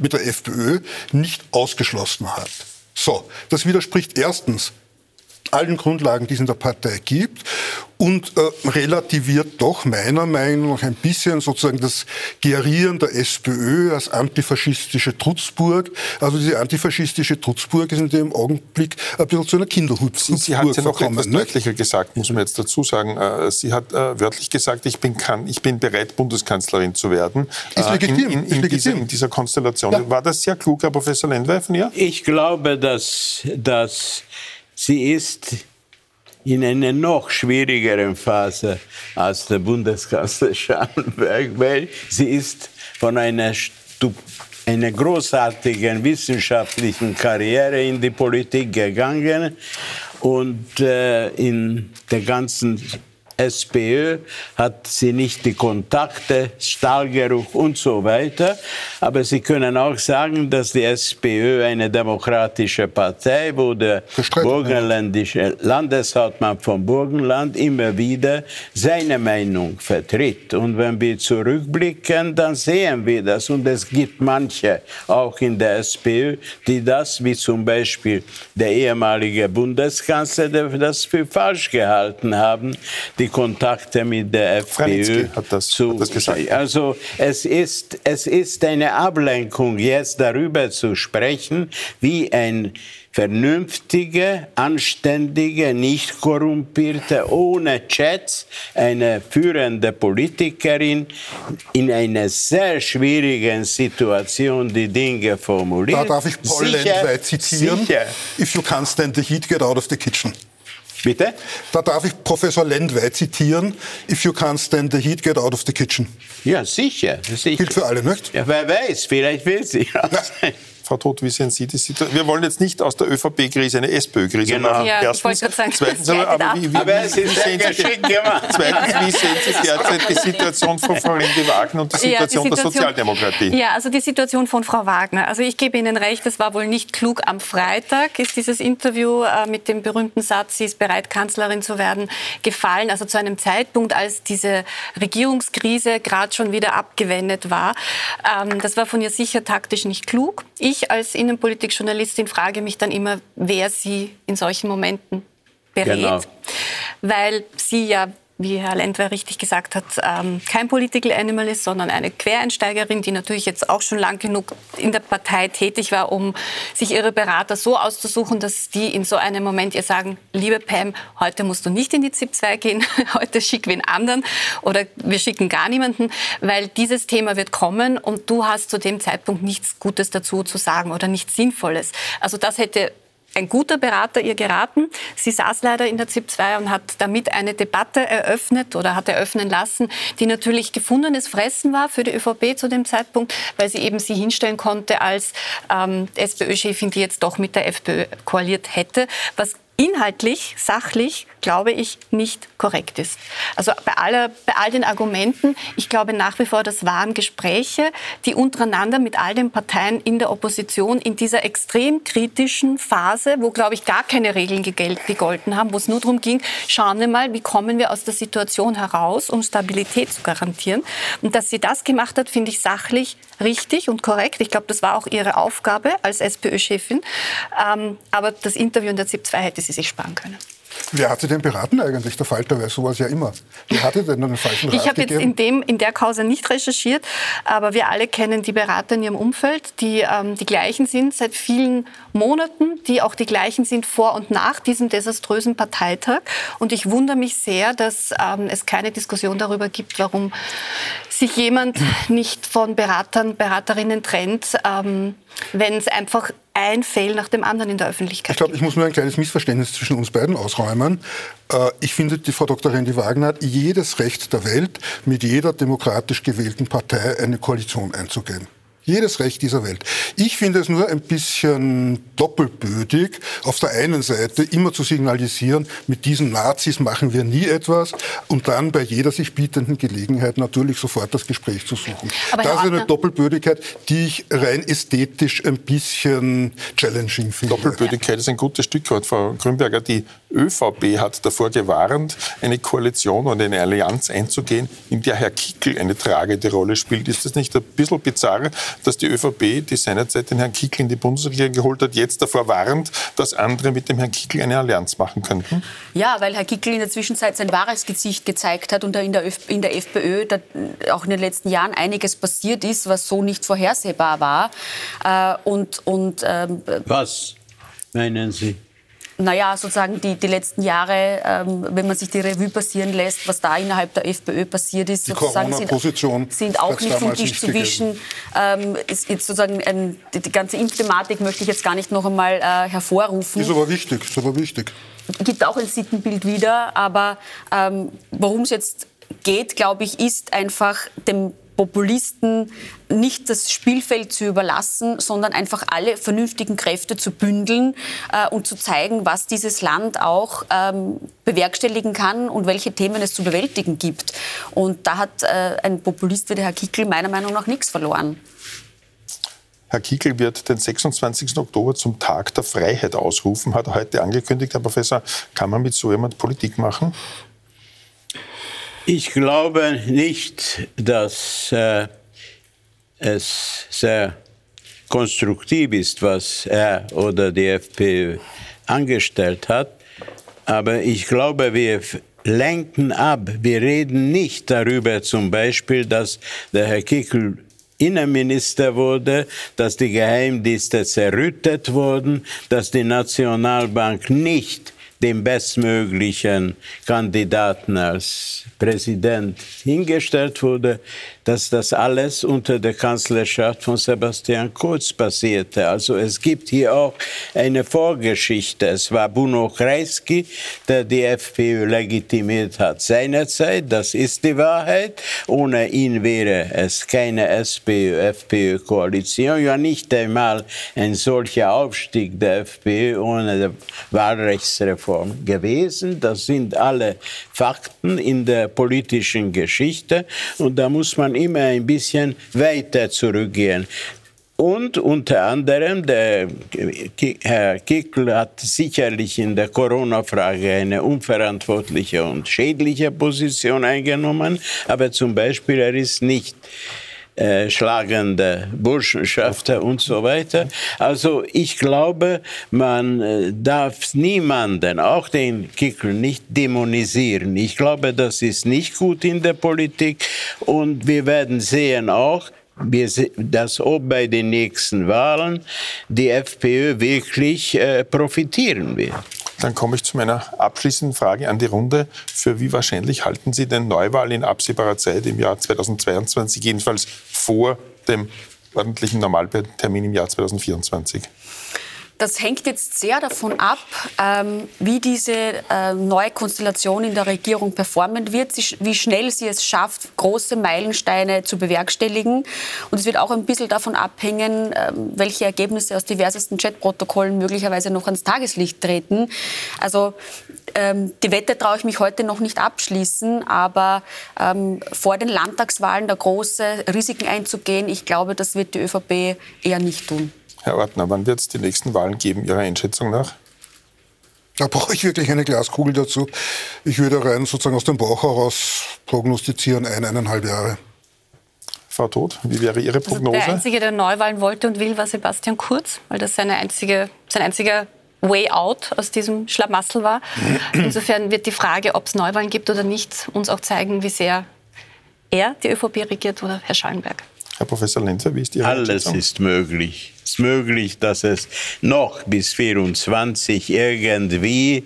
FPÖ nicht ausgeschlossen hat. So, das widerspricht erstens allen Grundlagen, die es in der Partei gibt und relativiert doch meiner Meinung nach ein bisschen sozusagen das Gerieren der SPÖ als antifaschistische Trutzburg. Also diese antifaschistische Trutzburg ist in dem Augenblick ein bisschen zu einer Kinderhutburg Sie hat ja noch verkommen, etwas deutlicher gesagt, muss man jetzt dazu sagen. Sie hat wörtlich gesagt, ich bin bereit, Bundeskanzlerin zu werden. Ist legitim. In dieser Konstellation. Ja. War das sehr klug, Herr Professor Lendwey, von ihr? Ich glaube, dass sie ist in einer noch schwierigeren Phase als der Bundeskanzler Schallenberg, weil sie ist von einer großartigen wissenschaftlichen Karriere in die Politik gegangen und in der ganzen SPÖ hat sie nicht die Kontakte, Stahlgeruch und so weiter. Aber Sie können auch sagen, dass die SPÖ eine demokratische Partei, wo der burgenländische Landeshauptmann von Burgenland immer wieder seine Meinung vertritt. Und wenn wir zurückblicken, dann sehen wir das. Und es gibt manche, auch in der SPÖ, die das, wie zum Beispiel der ehemalige Bundeskanzler, der das für falsch gehalten haben, die Kontakte mit der FPÖ hat das gesagt. Also es ist eine Ablenkung, jetzt darüber zu sprechen, wie ein vernünftige, anständige, nicht korrumpierte, ohne Chats, eine führende Politikerin in einer sehr schwierigen Situation die Dinge formuliert. Da darf ich Paul Lendwey zitieren. Sicher. If you can't stand the heat, get out of the kitchen. Bitte? Da darf ich Professor Lendwey zitieren. If you can't stand the heat, get out of the kitchen. Ja, sicher. Gilt für alle, nicht? Ja, wer weiß, vielleicht will sie. Frau Todt, wie sehen Sie die Situation? Wir wollen jetzt nicht aus der ÖVP-Krise eine SPÖ-Krise machen. Ja, Erstens. Zweitens, wie sehen Sie derzeit die Situation von Frau Linde-Wagner und die Situation der Sozialdemokratie? Ja, also die Situation von Frau Wagner. Also ich gebe Ihnen recht, es war wohl nicht klug. Am Freitag ist dieses Interview mit dem berühmten Satz, sie ist bereit, Kanzlerin zu werden, gefallen. Also zu einem Zeitpunkt, als diese Regierungskrise gerade schon wieder abgewendet war. Das war von ihr sicher taktisch nicht klug. Ich als Innenpolitik-Journalistin frage mich dann immer, wer sie in solchen Momenten berät. Genau. Weil sie ja, wie Herr Lendwer richtig gesagt hat, kein Political Animal ist, sondern eine Quereinsteigerin, die natürlich jetzt auch schon lang genug in der Partei tätig war, um sich ihre Berater so auszusuchen, dass die in so einem Moment ihr sagen, liebe Pam, heute musst du nicht in die ZIP 2 gehen, heute schick wen anderen oder wir schicken gar niemanden, weil dieses Thema wird kommen und du hast zu dem Zeitpunkt nichts Gutes dazu zu sagen oder nichts Sinnvolles. Also das hätte ein guter Berater ihr geraten. Sie saß leider in der ZIP 2 und hat damit eine Debatte eröffnet oder hat eröffnen lassen, die natürlich gefundenes Fressen war für die ÖVP zu dem Zeitpunkt, weil sie eben sie hinstellen konnte als SPÖ-Chefin, die jetzt doch mit der FPÖ koaliert hätte, was inhaltlich, sachlich, glaube ich, nicht korrekt ist. Also bei all den Argumenten, ich glaube nach wie vor, das waren Gespräche, die untereinander mit all den Parteien in der Opposition in dieser extrem kritischen Phase, wo, glaube ich, gar keine Regeln gegolten haben, wo es nur darum ging, schauen wir mal, wie kommen wir aus der Situation heraus, um Stabilität zu garantieren. Und dass sie das gemacht hat, finde ich sachlich richtig und korrekt. Ich glaube, das war auch ihre Aufgabe als SPÖ-Chefin. Aber das Interview in der ZIP 2 hätte sie sich sparen können. Wer hat sie denn beraten eigentlich? Der Falter weiß sowas ja immer. Wer hatte denn einen falschen Rat Ich habe jetzt in der Causa nicht recherchiert, aber wir alle kennen die Berater in ihrem Umfeld, die die gleichen sind seit vielen Monaten, die auch die gleichen sind vor und nach diesem desaströsen Parteitag. Und ich wundere mich sehr, dass es keine Diskussion darüber gibt, warum sich jemand nicht von Beraterinnen trennt, wenn es einfach ein Fail nach dem anderen in der Öffentlichkeit gibt. Ich glaube, ich muss nur ein kleines Missverständnis zwischen uns beiden ausräumen. Ich finde, die Frau Dr. Linde-Wagner hat jedes Recht der Welt, mit jeder demokratisch gewählten Partei eine Koalition einzugehen. Jedes Recht dieser Welt. Ich finde es nur ein bisschen doppelbödig, auf der einen Seite immer zu signalisieren, mit diesen Nazis machen wir nie etwas und dann bei jeder sich bietenden Gelegenheit natürlich sofort das Gespräch zu suchen. Aber das ist eine Doppelbödigkeit, die ich rein ästhetisch ein bisschen challenging finde. Doppelbödigkeit ist ein gutes Stichwort, Frau Grünberger. Die ÖVP hat davor gewarnt, eine Koalition und eine Allianz einzugehen, in der Herr Kickl eine tragende Rolle spielt. Ist das nicht ein bisschen bizarr, dass die ÖVP, die seinerzeit den Herrn Kickl in die Bundesregierung geholt hat, jetzt davor warnt, dass andere mit dem Herrn Kickl eine Allianz machen könnten? Ja, weil Herr Kickl in der Zwischenzeit sein wahres Gesicht gezeigt hat und da in der FPÖ da auch in den letzten Jahren einiges passiert ist, was so nicht vorhersehbar war. Was meinen Sie? Naja, sozusagen die letzten Jahre, wenn man sich die Revue passieren lässt, was da innerhalb der FPÖ passiert ist, die Corona-Position sind auch nicht vom Tisch zu wischen. Ist jetzt sozusagen die ganze Impfthematik möchte ich jetzt gar nicht noch einmal hervorrufen. Ist aber wichtig, Gibt auch ein Sittenbild wieder, aber worum es jetzt geht, glaube ich, ist einfach dem Populisten nicht das Spielfeld zu überlassen, sondern einfach alle vernünftigen Kräfte zu bündeln und zu zeigen, was dieses Land auch bewerkstelligen kann und welche Themen es zu bewältigen gibt. Und da hat ein Populist wie der Herr Kickl meiner Meinung nach nichts verloren. Herr Kickl wird den 26. Oktober zum Tag der Freiheit ausrufen, hat er heute angekündigt. Herr Professor, kann man mit so jemand Politik machen? Ich glaube nicht, dass es sehr konstruktiv ist, was er oder die FPÖ angestellt hat. Aber ich glaube, wir lenken ab. Wir reden nicht darüber zum Beispiel, dass der Herr Kickl Innenminister wurde, dass die Geheimdienste zerrüttet wurden, dass die Nationalbank nicht dem bestmöglichen Kandidaten als Präsident hingestellt wurde, dass das alles unter der Kanzlerschaft von Sebastian Kurz passierte. Also es gibt hier auch eine Vorgeschichte. Es war Bruno Kreisky, der die FPÖ legitimiert hat seinerzeit. Das ist die Wahrheit. Ohne ihn wäre es keine SPÖ-FPÖ-Koalition, ja nicht einmal ein solcher Aufstieg der FPÖ ohne die Wahlrechtsreform gewesen. Das sind alle Fakten in der politischen Geschichte und da muss man immer ein bisschen weiter zurückgehen. Und unter anderem, der Herr Kickl hat sicherlich in der Corona-Frage eine unverantwortliche und schädliche Position eingenommen, aber zum Beispiel er ist nicht schlagende Burschenschafter und so weiter. Also ich glaube, man darf niemanden, auch den Kickl, nicht dämonisieren. Ich glaube, das ist nicht gut in der Politik und wir werden sehen auch, dass ob bei den nächsten Wahlen die FPÖ wirklich profitieren wird. Dann komme ich zu meiner abschließenden Frage an die Runde. Für wie wahrscheinlich halten Sie denn Neuwahlen in absehbarer Zeit im Jahr 2022, jedenfalls vor dem ordentlichen Normaltermin im Jahr 2024? Das hängt jetzt sehr davon ab, wie diese neue Konstellation in der Regierung performen wird, wie schnell sie es schafft, große Meilensteine zu bewerkstelligen. Und es wird auch ein bisschen davon abhängen, welche Ergebnisse aus diversesten Chatprotokollen möglicherweise noch ans Tageslicht treten. Also die Wette traue ich mich heute noch nicht abschließen, aber vor den Landtagswahlen da große Risiken einzugehen, ich glaube, das wird die ÖVP eher nicht tun. Herr Ortner, wann wird es die nächsten Wahlen geben, Ihrer Einschätzung nach? Da brauche ich wirklich eine Glaskugel dazu. Ich würde rein sozusagen aus dem Bauch heraus prognostizieren, 1,5 Jahre. Frau Todt, wie wäre Ihre Prognose? Also der Einzige, der Neuwahlen wollte und will, war Sebastian Kurz, weil das sein einziger Way out aus diesem Schlamassel war. Insofern wird die Frage, ob es Neuwahlen gibt oder nicht, uns auch zeigen, wie sehr er die ÖVP regiert oder Herr Schallenberg. Herr Professor Lenzner, wie ist Ihre Einschätzung? Alles ist möglich. Es ist möglich, dass es noch bis 2024 irgendwie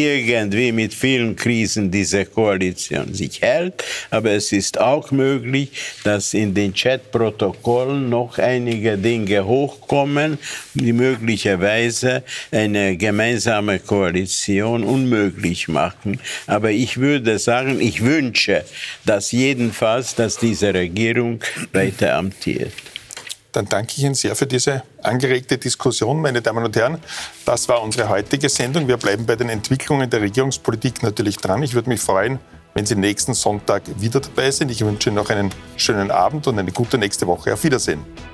mit vielen Krisen diese Koalition sich hält. Aber es ist auch möglich, dass in den Chatprotokollen noch einige Dinge hochkommen, die möglicherweise eine gemeinsame Koalition unmöglich machen. Aber ich würde sagen, ich wünsche, dass jedenfalls, dass diese Regierung weiter amtiert. Dann danke ich Ihnen sehr für diese angeregte Diskussion, meine Damen und Herren. Das war unsere heutige Sendung. Wir bleiben bei den Entwicklungen der Regierungspolitik natürlich dran. Ich würde mich freuen, wenn Sie nächsten Sonntag wieder dabei sind. Ich wünsche Ihnen noch einen schönen Abend und eine gute nächste Woche. Auf Wiedersehen.